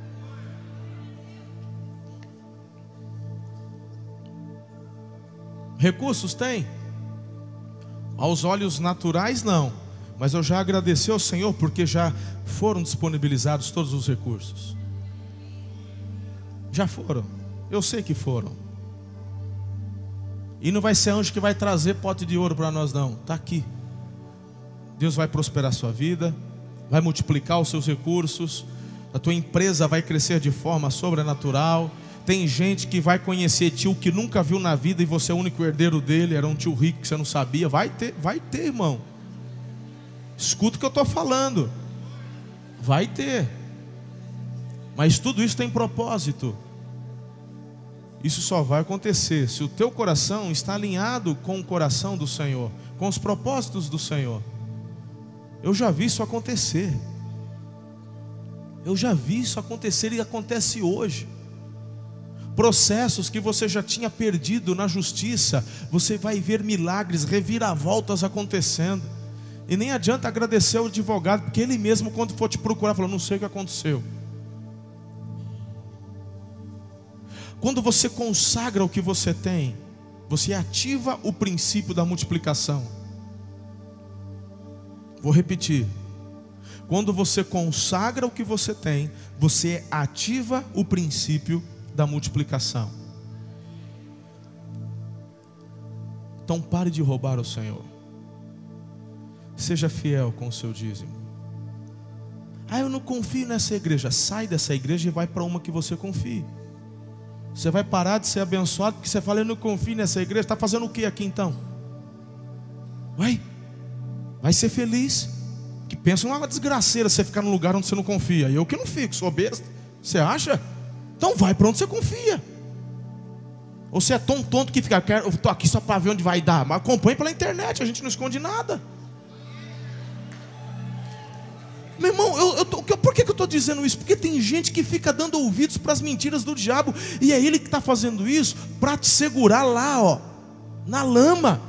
Recursos tem? Aos olhos naturais não. Mas eu já agradeci ao Senhor porque já foram disponibilizados todos os recursos. Já foram. Eu sei que foram. E não vai ser anjo que vai trazer pote de ouro para nós, não. Está aqui. Deus vai prosperar a sua vida, vai multiplicar os seus recursos, a tua empresa vai crescer de forma sobrenatural. Tem gente que vai conhecer tio que nunca viu na vida e você é o único herdeiro dele, era um tio rico que você não sabia. Vai ter, vai ter, irmão. Escuta o que eu estou falando. Vai ter. Mas tudo isso tem propósito. Isso só vai acontecer se o teu coração está alinhado com o coração do Senhor, com os propósitos do Senhor. Eu já vi isso acontecer. Eu já vi isso acontecer e acontece hoje. Processos que você já tinha perdido na justiça, você vai ver milagres, reviravoltas acontecendo. E nem adianta agradecer ao advogado, porque ele mesmo, quando for te procurar, falou: não sei o que aconteceu. Quando você consagra o que você tem, você ativa o princípio da multiplicação. Vou repetir. Quando você consagra o que você tem, você ativa o princípio da multiplicação. Então pare de roubar o Senhor. Seja fiel com o seu dízimo. Ah, eu não confio nessa igreja. Sai dessa igreja e vai para uma que você confie. Você vai parar de ser abençoado porque você fala: eu não confio nessa igreja. Está fazendo o que aqui então? Vai. Vai ser feliz. Que pensa numa desgraceira você ficar num lugar onde você não confia. Eu que não fico, sou besta. Você acha? Então vai para onde você confia. Ou você é tão tonto que fica: eu estou aqui só para ver onde vai dar. Mas acompanhe pela internet, a gente não esconde nada. Meu irmão, eu, eu tô, por que, que eu estou dizendo isso? Porque tem gente que fica dando ouvidos para as mentiras do diabo. E é ele que está fazendo isso para te segurar lá, ó, na lama.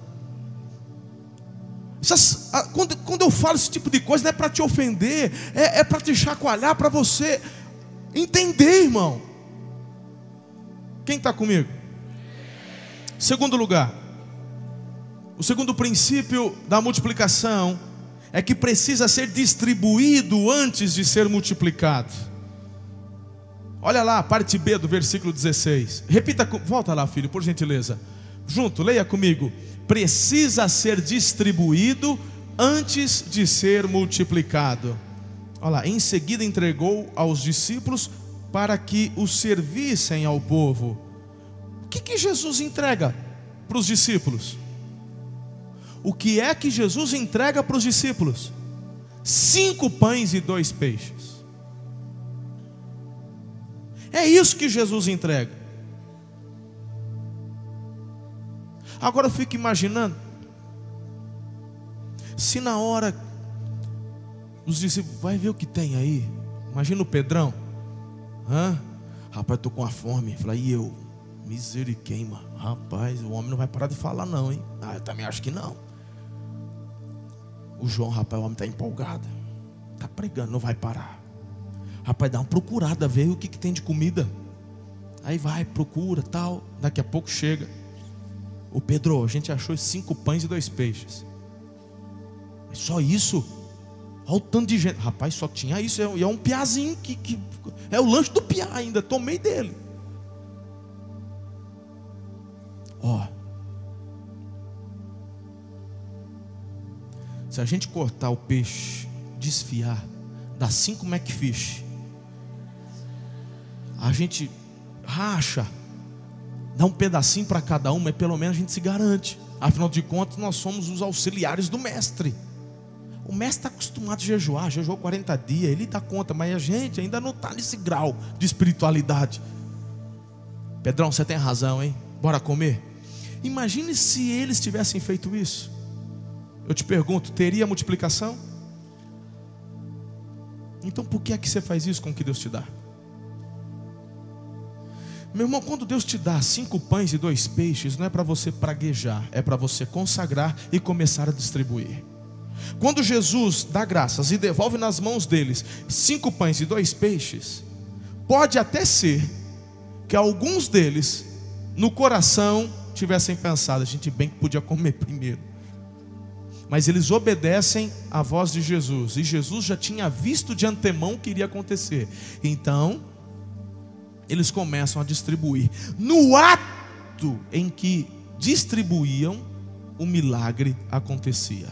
Essas, quando, quando eu falo esse tipo de coisa, não é para te ofender, é, é para te chacoalhar, para você entender, irmão. Quem está comigo? Segundo lugar, o segundo princípio da multiplicação é que precisa ser distribuído antes de ser multiplicado. Olha lá a parte B do versículo dezesseis. Repita, volta lá, filho, por gentileza. Junto, leia comigo. Precisa ser distribuído antes de ser multiplicado. Olha lá, em seguida entregou aos discípulos para que os servissem ao povo. O que que Jesus entrega para os discípulos? O que é que Jesus entrega para os discípulos? Cinco pães e dois peixes. É isso que Jesus entrega. Agora eu fico imaginando, se na hora os discípulos, vai ver o que tem aí. Imagina o Pedrão. Hã? Rapaz, estou com a fome. Fala, e eu? Misericórdia. Rapaz, o homem não vai parar de falar não, hein? Ah, eu também acho que não. O João, rapaz, o homem está empolgado. Está pregando, não vai parar. Rapaz, dá uma procurada, vê o que, que tem de comida. Aí vai, procura, tal. Daqui a pouco chega. Ô Pedro, a gente achou cinco pães e dois peixes. É só isso? Olha o tanto de gente. Rapaz, só tinha isso. E é um piazinho que, que... é o lanche do piá ainda. Tomei dele. Ó. Se a gente cortar o peixe, desfiar, dá cinco McFish. A gente racha, dá um pedacinho para cada um, mas pelo menos a gente se garante. Afinal de contas, nós somos os auxiliares do mestre. O mestre está acostumado a jejuar, jejuou quarenta dias, ele dá conta, mas a gente ainda não está nesse grau de espiritualidade. Pedrão, você tem razão, hein? Bora comer? Imagine se eles tivessem feito isso. Eu te pergunto, teria multiplicação? Então por que é que você faz isso com o que Deus te dá? Meu irmão, quando Deus te dá cinco pães e dois peixes, não é para você praguejar, é para você consagrar e começar a distribuir. Quando Jesus dá graças e devolve nas mãos deles cinco pães e dois peixes, pode até ser que alguns deles no coração tivessem pensado, a gente bem que podia comer primeiro. Mas eles obedecem à voz de Jesus. E Jesus já tinha visto de antemão o que iria acontecer. Então, eles começam a distribuir. No ato em que distribuíam, o milagre acontecia.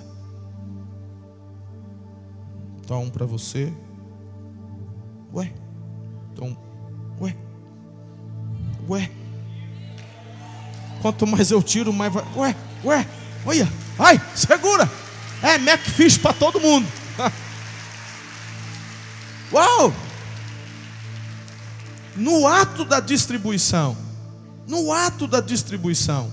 Então, um para você. Ué? Então, ué? Ué? Quanto mais eu tiro, mais vai. Ué? Ué? Olha! Ai, segura! É Macfish para todo mundo. Uau! No ato da distribuição, no ato da distribuição,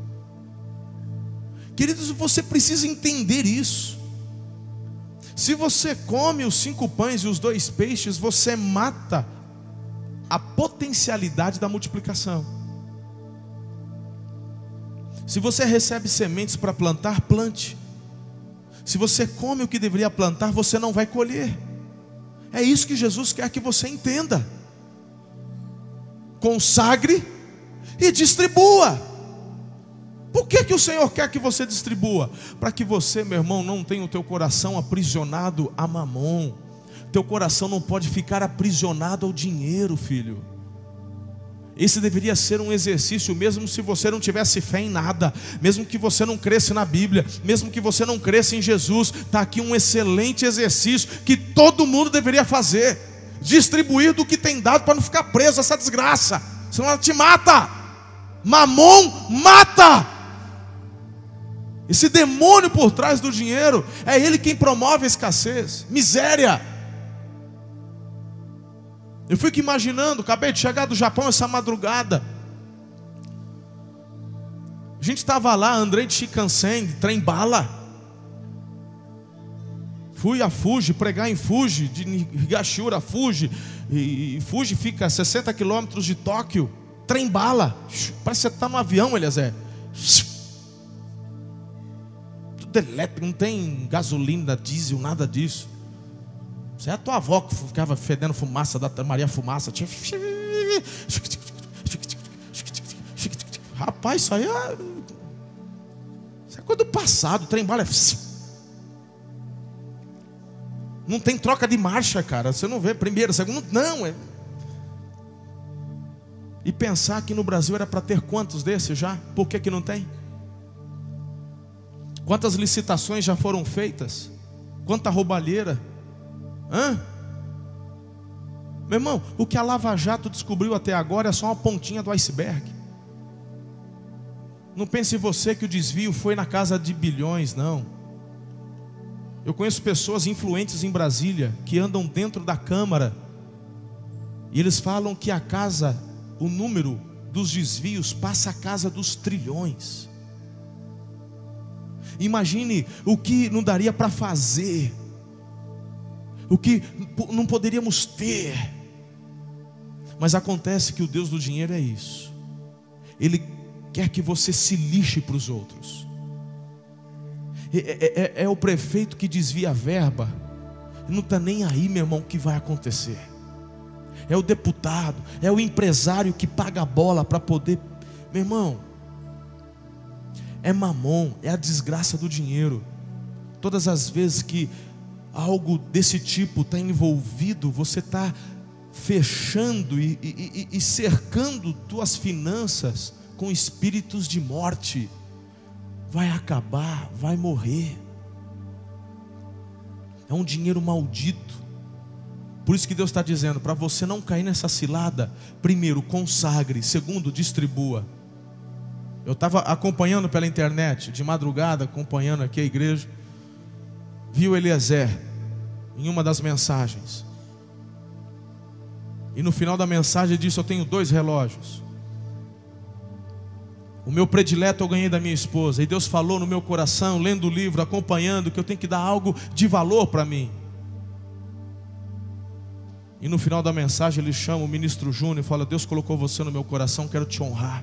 queridos, você precisa entender isso. Se você come os cinco pães e os dois peixes, você mata a potencialidade da multiplicação. Se você recebe sementes para plantar, plante. Se você come o que deveria plantar, você não vai colher. É isso que Jesus quer que você entenda. Consagre e distribua. Por que que o Senhor quer que você distribua? Para que você, meu irmão, não tenha o teu coração aprisionado a mamon. Teu coração não pode ficar aprisionado ao dinheiro, filho. Esse deveria ser um exercício, mesmo se você não tivesse fé em nada, mesmo que você não cresça na Bíblia, mesmo que você não cresça em Jesus. Está aqui um excelente exercício que todo mundo deveria fazer. Distribuir do que tem dado, para não ficar preso a essa desgraça, senão ela te mata. Mamon mata. Esse demônio por trás do dinheiro, é ele quem promove a escassez, miséria. Eu fico imaginando, acabei de chegar do Japão essa madrugada. A gente estava lá, Andrei de Shinkansen, trem bala. Fui a Fuji, pregar em Fuji, de Higashura a Fuji. E, e Fuji fica a sessenta quilômetros de Tóquio. Trem bala. Parece que você está no avião, Eliezer. Tudo elétrico, não tem gasolina, diesel, nada disso. Isso é a tua avó que ficava fedendo fumaça da Maria Fumaça. Rapaz, isso aí é, isso é coisa do passado. O trem bala é... Não tem troca de marcha, cara. Você não vê primeiro, segundo, não. É... E pensar que no Brasil era para ter quantos desses já? Por que que não tem? Quantas licitações já foram feitas? Quanta roubalheira? Hã? Meu irmão, o que a Lava Jato descobriu até agora é só uma pontinha do iceberg. Não pense você que o desvio foi na casa de bilhões, não. Eu conheço pessoas influentes em Brasília que andam dentro da Câmara e eles falam que a casa, o número dos desvios passa a casa dos trilhões. Imagine o que não daria para fazer, o que não poderíamos ter. Mas acontece que o Deus do dinheiro é isso. Ele quer que você se lixe para os outros. É, é, é o prefeito que desvia a verba, não está nem aí, meu irmão, o que vai acontecer. É o deputado, é o empresário que paga a bola para poder. Meu irmão, é mamon, é a desgraça do dinheiro. Todas as vezes que algo desse tipo está envolvido, você está fechando e, e, e cercando tuas finanças com espíritos de morte. Vai acabar, vai morrer. É um dinheiro maldito. Por isso que Deus está dizendo, para você não cair nessa cilada, primeiro, consagre. Segundo, distribua. Eu estava acompanhando pela internet, de madrugada, acompanhando aqui a igreja. Vi o Eliezer em uma das mensagens. E no final da mensagem ele disse, eu tenho dois relógios. O meu predileto eu ganhei da minha esposa. E Deus falou no meu coração, lendo o livro, acompanhando, que eu tenho que dar algo de valor para mim. E no final da mensagem ele chama o ministro Júnior e fala, Deus colocou você no meu coração, quero te honrar.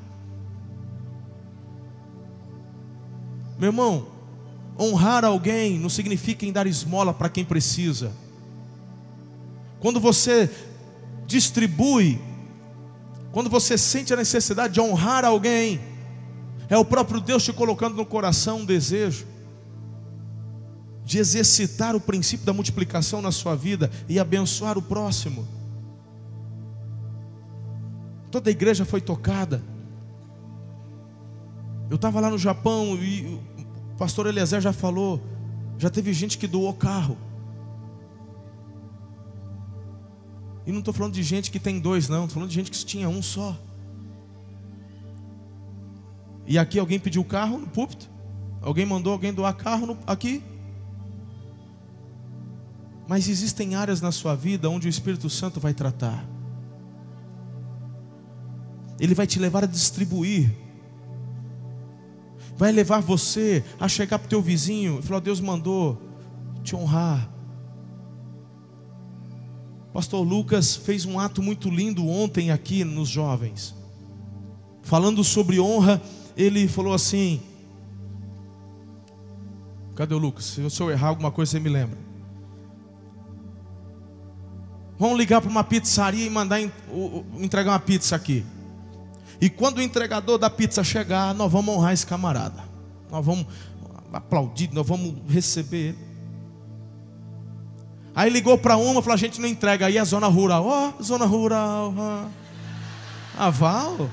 Meu irmão, honrar alguém não significa em dar esmola para quem precisa. Quando você distribui, quando você sente a necessidade de honrar alguém, é o próprio Deus te colocando no coração um desejo de exercitar o princípio da multiplicação na sua vida e abençoar o próximo. Toda a igreja foi tocada. Eu estava lá no Japão e o pastor Eliezer já falou, já teve gente que doou carro. E não estou falando de gente que tem dois, não. Estou falando de gente que tinha um só. E aqui alguém pediu carro no púlpito. Alguém mandou alguém doar carro no, aqui. Mas existem áreas na sua vida onde o Espírito Santo vai tratar. Ele vai te levar a distribuir. Vai levar você a chegar para o teu vizinho e falar: Deus mandou te honrar. Pastor Lucas fez um ato muito lindo ontem aqui nos jovens. Falando sobre honra, ele falou assim: cadê o Lucas? Se eu errar alguma coisa, você me lembra. Vamos ligar para uma pizzaria e mandar entregar uma pizza aqui. E quando o entregador da pizza chegar, nós vamos honrar esse camarada. Nós vamos aplaudir, nós vamos receber ele. Aí ligou para uma, falou: a gente não entrega. Aí a zona rural, ó, oh, zona rural, ah, aval.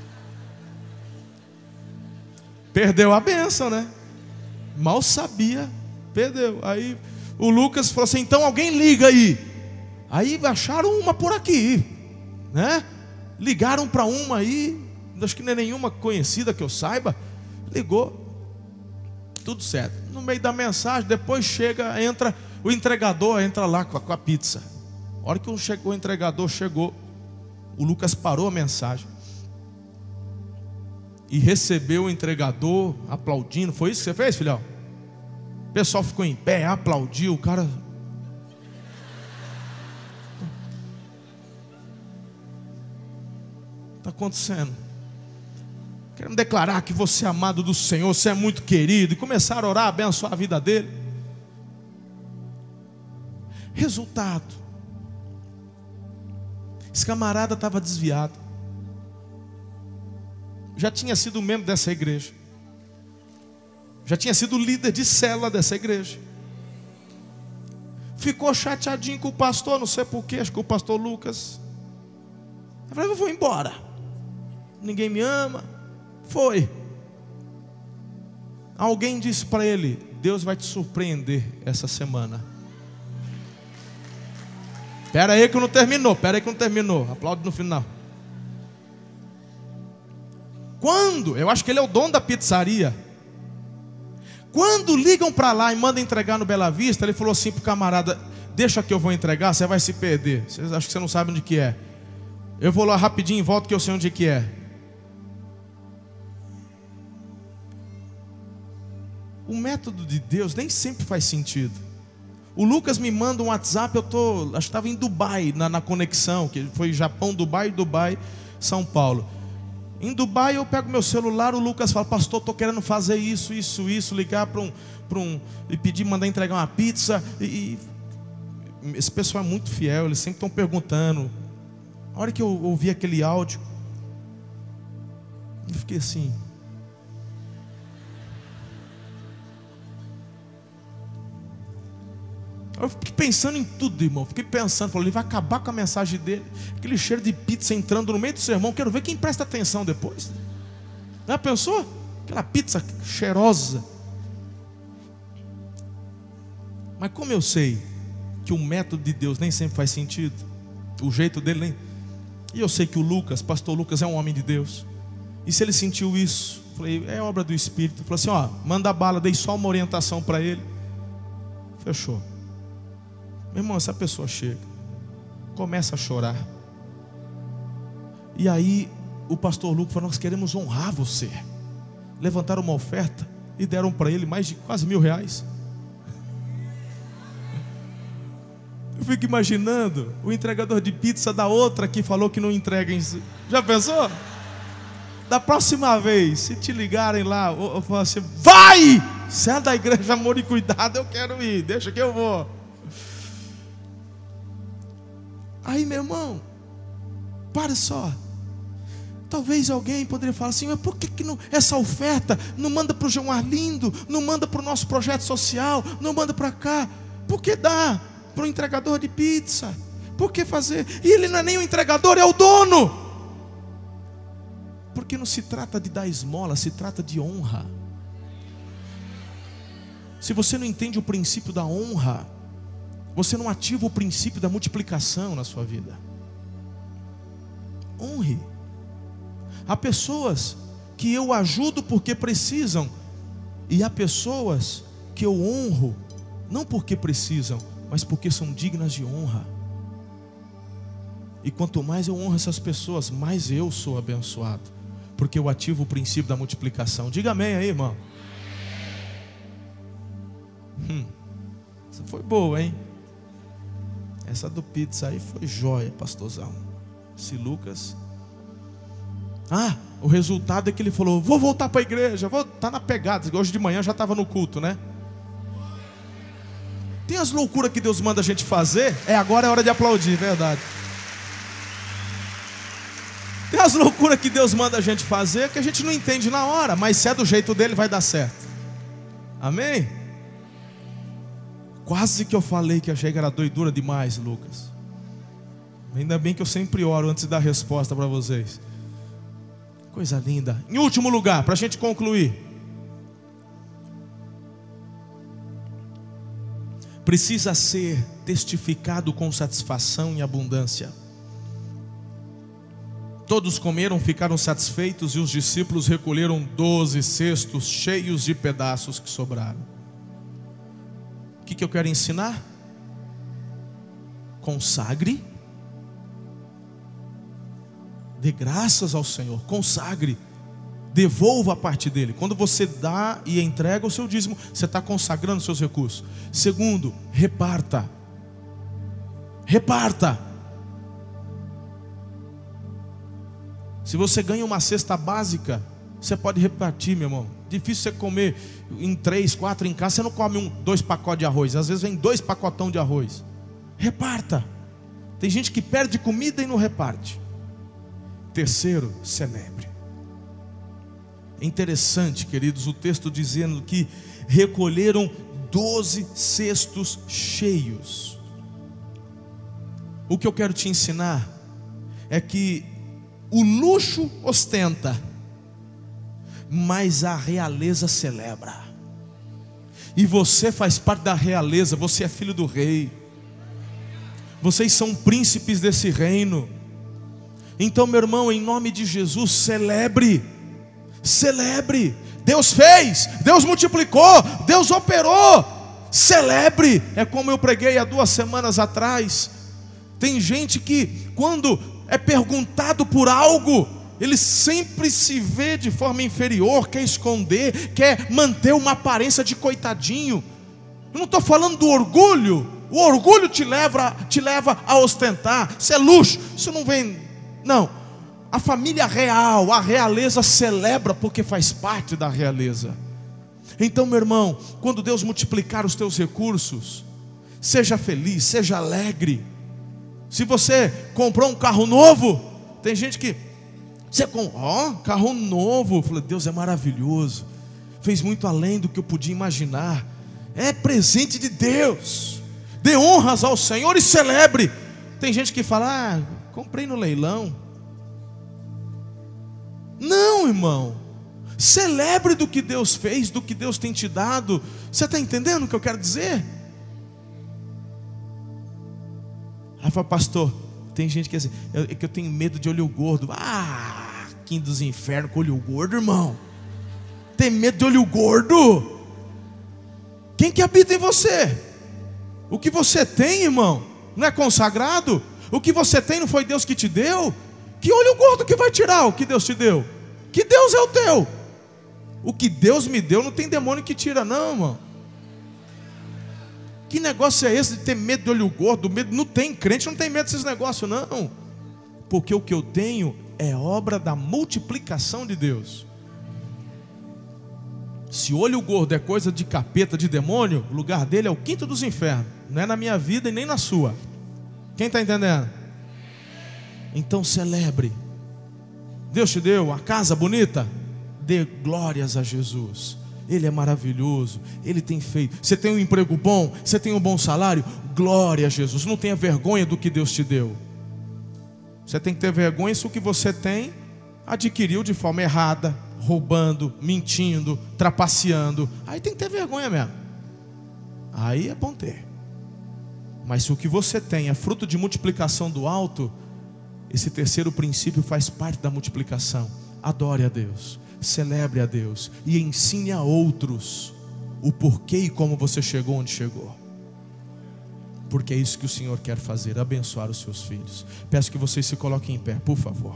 Perdeu a bênção, né? Mal sabia, perdeu. Aí o Lucas falou assim: então alguém liga aí. Aí acharam uma por aqui, né? Ligaram para uma aí, acho que não é nenhuma conhecida que eu saiba. Ligou, tudo certo. No meio da mensagem, depois chega, entra o entregador, entra lá com a, com a pizza. A hora que o, chegou, o entregador chegou, o Lucas parou a mensagem e recebeu o entregador aplaudindo. Foi isso que você fez, filhão? O pessoal ficou em pé, aplaudiu, o cara... Está acontecendo? Querendo declarar que você é amado do Senhor, você é muito querido, e começar a orar, abençoar a vida dele. Resultado: esse camarada estava desviado, já tinha sido membro dessa igreja, já tinha sido líder de célula dessa igreja, ficou chateadinho com o pastor, não sei porquê, acho que o pastor Lucas. Eu falei: eu vou embora, ninguém me ama. Foi. Alguém disse para ele: Deus vai te surpreender essa semana. Espera aí que não terminou, espera aí que não terminou. Aplaude no final. Quando, eu acho que ele é o dono da pizzaria. Quando ligam para lá e mandam entregar no Bela Vista, ele falou assim para o camarada: deixa que eu vou entregar, você vai se perder. Vocês acham que você não sabe onde que é. Eu vou lá rapidinho e volto que eu sei onde que é. O método de Deus nem sempre faz sentido. O Lucas me manda um WhatsApp, eu tô, acho que estava em Dubai, na, na conexão, que foi Japão, Dubai, Dubai, São Paulo. Em Dubai eu pego meu celular, o Lucas fala: pastor, estou querendo fazer isso, isso, isso, ligar para um, para um, e pedir, mandar entregar uma pizza. E, e esse pessoal é muito fiel, eles sempre estão perguntando. A hora que eu ouvi aquele áudio, eu fiquei assim. Eu fiquei pensando em tudo, irmão. Fiquei pensando, falei: ele vai acabar com a mensagem dele. Aquele cheiro de pizza entrando no meio do sermão. Quero ver quem presta atenção depois. Já pensou? Aquela pizza cheirosa. Mas como eu sei que o método de Deus nem sempre faz sentido, o jeito dele nem... E eu sei que o Lucas, pastor Lucas, é um homem de Deus. E se ele sentiu isso, falei: é obra do Espírito. Falei assim: ó, manda bala. Dei só uma orientação para ele. Fechou. Meu irmão, essa pessoa chega, começa a chorar. E aí o pastor Lucas falou: nós queremos honrar você. Levantaram uma oferta e deram para ele mais de quase mil reais. Eu fico imaginando o entregador de pizza da outra que falou que não entrega em... Já pensou? Da próxima vez, se te ligarem lá, eu falo assim: vai! Se é da igreja Amor e Cuidado, eu quero ir, deixa que eu vou. Aí, meu irmão, para só. Talvez alguém poderia falar assim: mas por que, que não, essa oferta não manda para o João Arlindo, não manda para o nosso projeto social, não manda para cá? Por que dá para o entregador de pizza? Por que fazer? E ele não é nem o entregador, é o dono. porque não se trata de dar esmola, se trata de honra. Se você não entende o princípio da honra, você não ativa o princípio da multiplicação na sua vida. Honre. Há pessoas que eu ajudo porque precisam, e há pessoas que eu honro não porque precisam, mas porque são dignas de honra. E quanto mais eu honro essas pessoas, mais eu sou abençoado, porque eu ativo o princípio da multiplicação. Diga amém aí, irmão. Hum, essa foi boa, hein? Essa do pizza aí foi jóia, pastorzão. Se Lucas... Ah, o resultado é que ele falou: vou voltar para a igreja, vou estar tá na pegada. Hoje de manhã já estava no culto, né? Tem as loucuras que Deus manda a gente fazer. É, agora é hora de aplaudir, verdade. Tem as loucuras que Deus manda a gente fazer que a gente não entende na hora, mas se é do jeito dele vai dar certo. Amém? Quase que eu falei que achei que era doidura demais, Lucas. Ainda bem que eu sempre oro antes de dar resposta para vocês. Coisa linda. Em último lugar, para a gente concluir, precisa ser testificado com satisfação e abundância. Todos comeram, ficaram satisfeitos, e os discípulos recolheram doze cestos cheios de pedaços que sobraram. O que, que eu quero ensinar? Consagre. Dê graças ao Senhor, consagre, devolva a parte dele. Quando você dá e entrega o seu dízimo, você está consagrando os seus recursos. Segundo, reparta. Reparta. Se você ganha uma cesta básica, você pode repartir, meu irmão. Difícil você comer em três, quatro em casa. Você não come um, dois pacotes de arroz. Às vezes vem dois pacotão de arroz. Reparta. Tem gente que perde comida e não reparte. Terceiro, celebre. É interessante, queridos, o texto dizendo que recolheram doze cestos cheios. O que eu quero te ensinar é que o luxo ostenta, mas a realeza celebra. E você faz parte da realeza, você é filho do rei. Vocês são príncipes desse reino. Então, meu irmão, em nome de Jesus, celebre, celebre. Deus fez, Deus multiplicou, Deus operou. Celebre. É como eu preguei há duas semanas atrás. Tem gente que, quando é perguntado por algo, ele sempre se vê de forma inferior, quer esconder, quer manter uma aparência de coitadinho. Eu não estou falando do orgulho. O orgulho te leva, te leva a ostentar. Isso é luxo, isso não vem. Não, a família real, a realeza celebra porque faz parte da realeza. Então, meu irmão, quando Deus multiplicar os teus recursos, seja feliz, seja alegre. Se você comprou um carro novo, tem gente que você comprou, ó, carro novo, fala, Deus é maravilhoso, fez muito além do que eu podia imaginar. É presente de Deus. Dê honras ao Senhor e celebre. Tem gente que fala: ah, comprei no leilão. Não, irmão. Celebre do que Deus fez, do que Deus tem te dado. Você está entendendo o que eu quero dizer? Aí fala: pastor, tem gente que é assim, é que eu tenho medo de olho gordo. Ah, quem dos infernos com olho gordo, irmão? Tem medo de olho gordo? Quem que habita em você? O que você tem, irmão, não é consagrado? O que você tem não foi Deus que te deu? Que olho gordo que vai tirar o que Deus te deu? Que Deus é o teu? O que Deus me deu não tem demônio que tira não, irmão. Que negócio é esse de ter medo de olho gordo? Medo? Não tem, crente não tem medo desses negócios não. Porque o que eu tenho é obra da multiplicação de Deus. Se olho gordo é coisa de capeta, de demônio, o lugar dele é o quinto dos infernos. Não é na minha vida e nem na sua. Quem está entendendo? Então celebre. Deus te deu a casa bonita? Dê glórias a Jesus. Ele é maravilhoso, Ele tem feito. Você tem um emprego bom, você tem um bom salário? Glória a Jesus. Não tenha vergonha do que Deus te deu. Você tem que ter vergonha se o que você tem adquiriu de forma errada, roubando, mentindo, trapaceando, aí tem que ter vergonha mesmo. Aí é bom ter. Mas se o que você tem é fruto de multiplicação do alto, esse terceiro princípio faz parte da multiplicação. Adore a Deus, celebre a Deus e ensine a outros o porquê e como você chegou onde chegou. Porque é isso que o Senhor quer fazer, abençoar os seus filhos. Peço que vocês se coloquem em pé, por favor.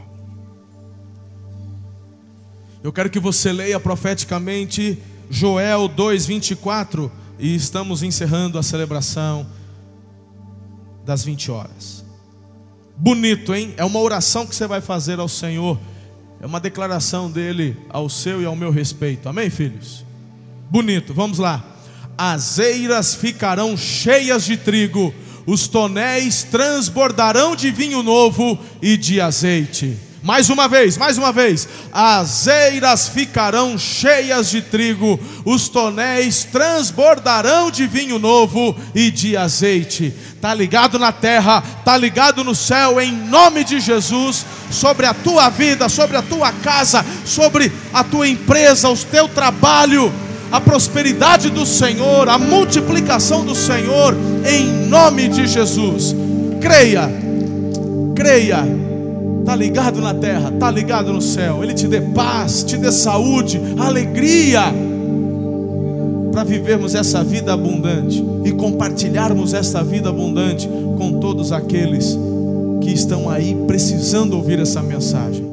Eu quero que você leia profeticamente Joel dois, vinte e quatro. E estamos encerrando a celebração das vinte horas. Bonito, hein? É uma oração que você vai fazer ao Senhor. É uma declaração dele ao seu e ao meu respeito. Amém, filhos? Bonito, vamos lá. As eiras ficarão cheias de trigo, os tonéis transbordarão de vinho novo e de azeite. Mais uma vez, mais uma vez. As eiras ficarão cheias de trigo, os tonéis transbordarão de vinho novo e de azeite. Está ligado na terra, está ligado no céu, em nome de Jesus, sobre a tua vida, sobre a tua casa, sobre a tua empresa, o teu trabalho, a prosperidade do Senhor, a multiplicação do Senhor, em nome de Jesus. Creia, creia. Está ligado na terra, está ligado no céu. Ele te dê paz, te dê saúde, alegria, para vivermos essa vida abundante e compartilharmos essa vida abundante com todos aqueles que estão aí precisando ouvir essa mensagem.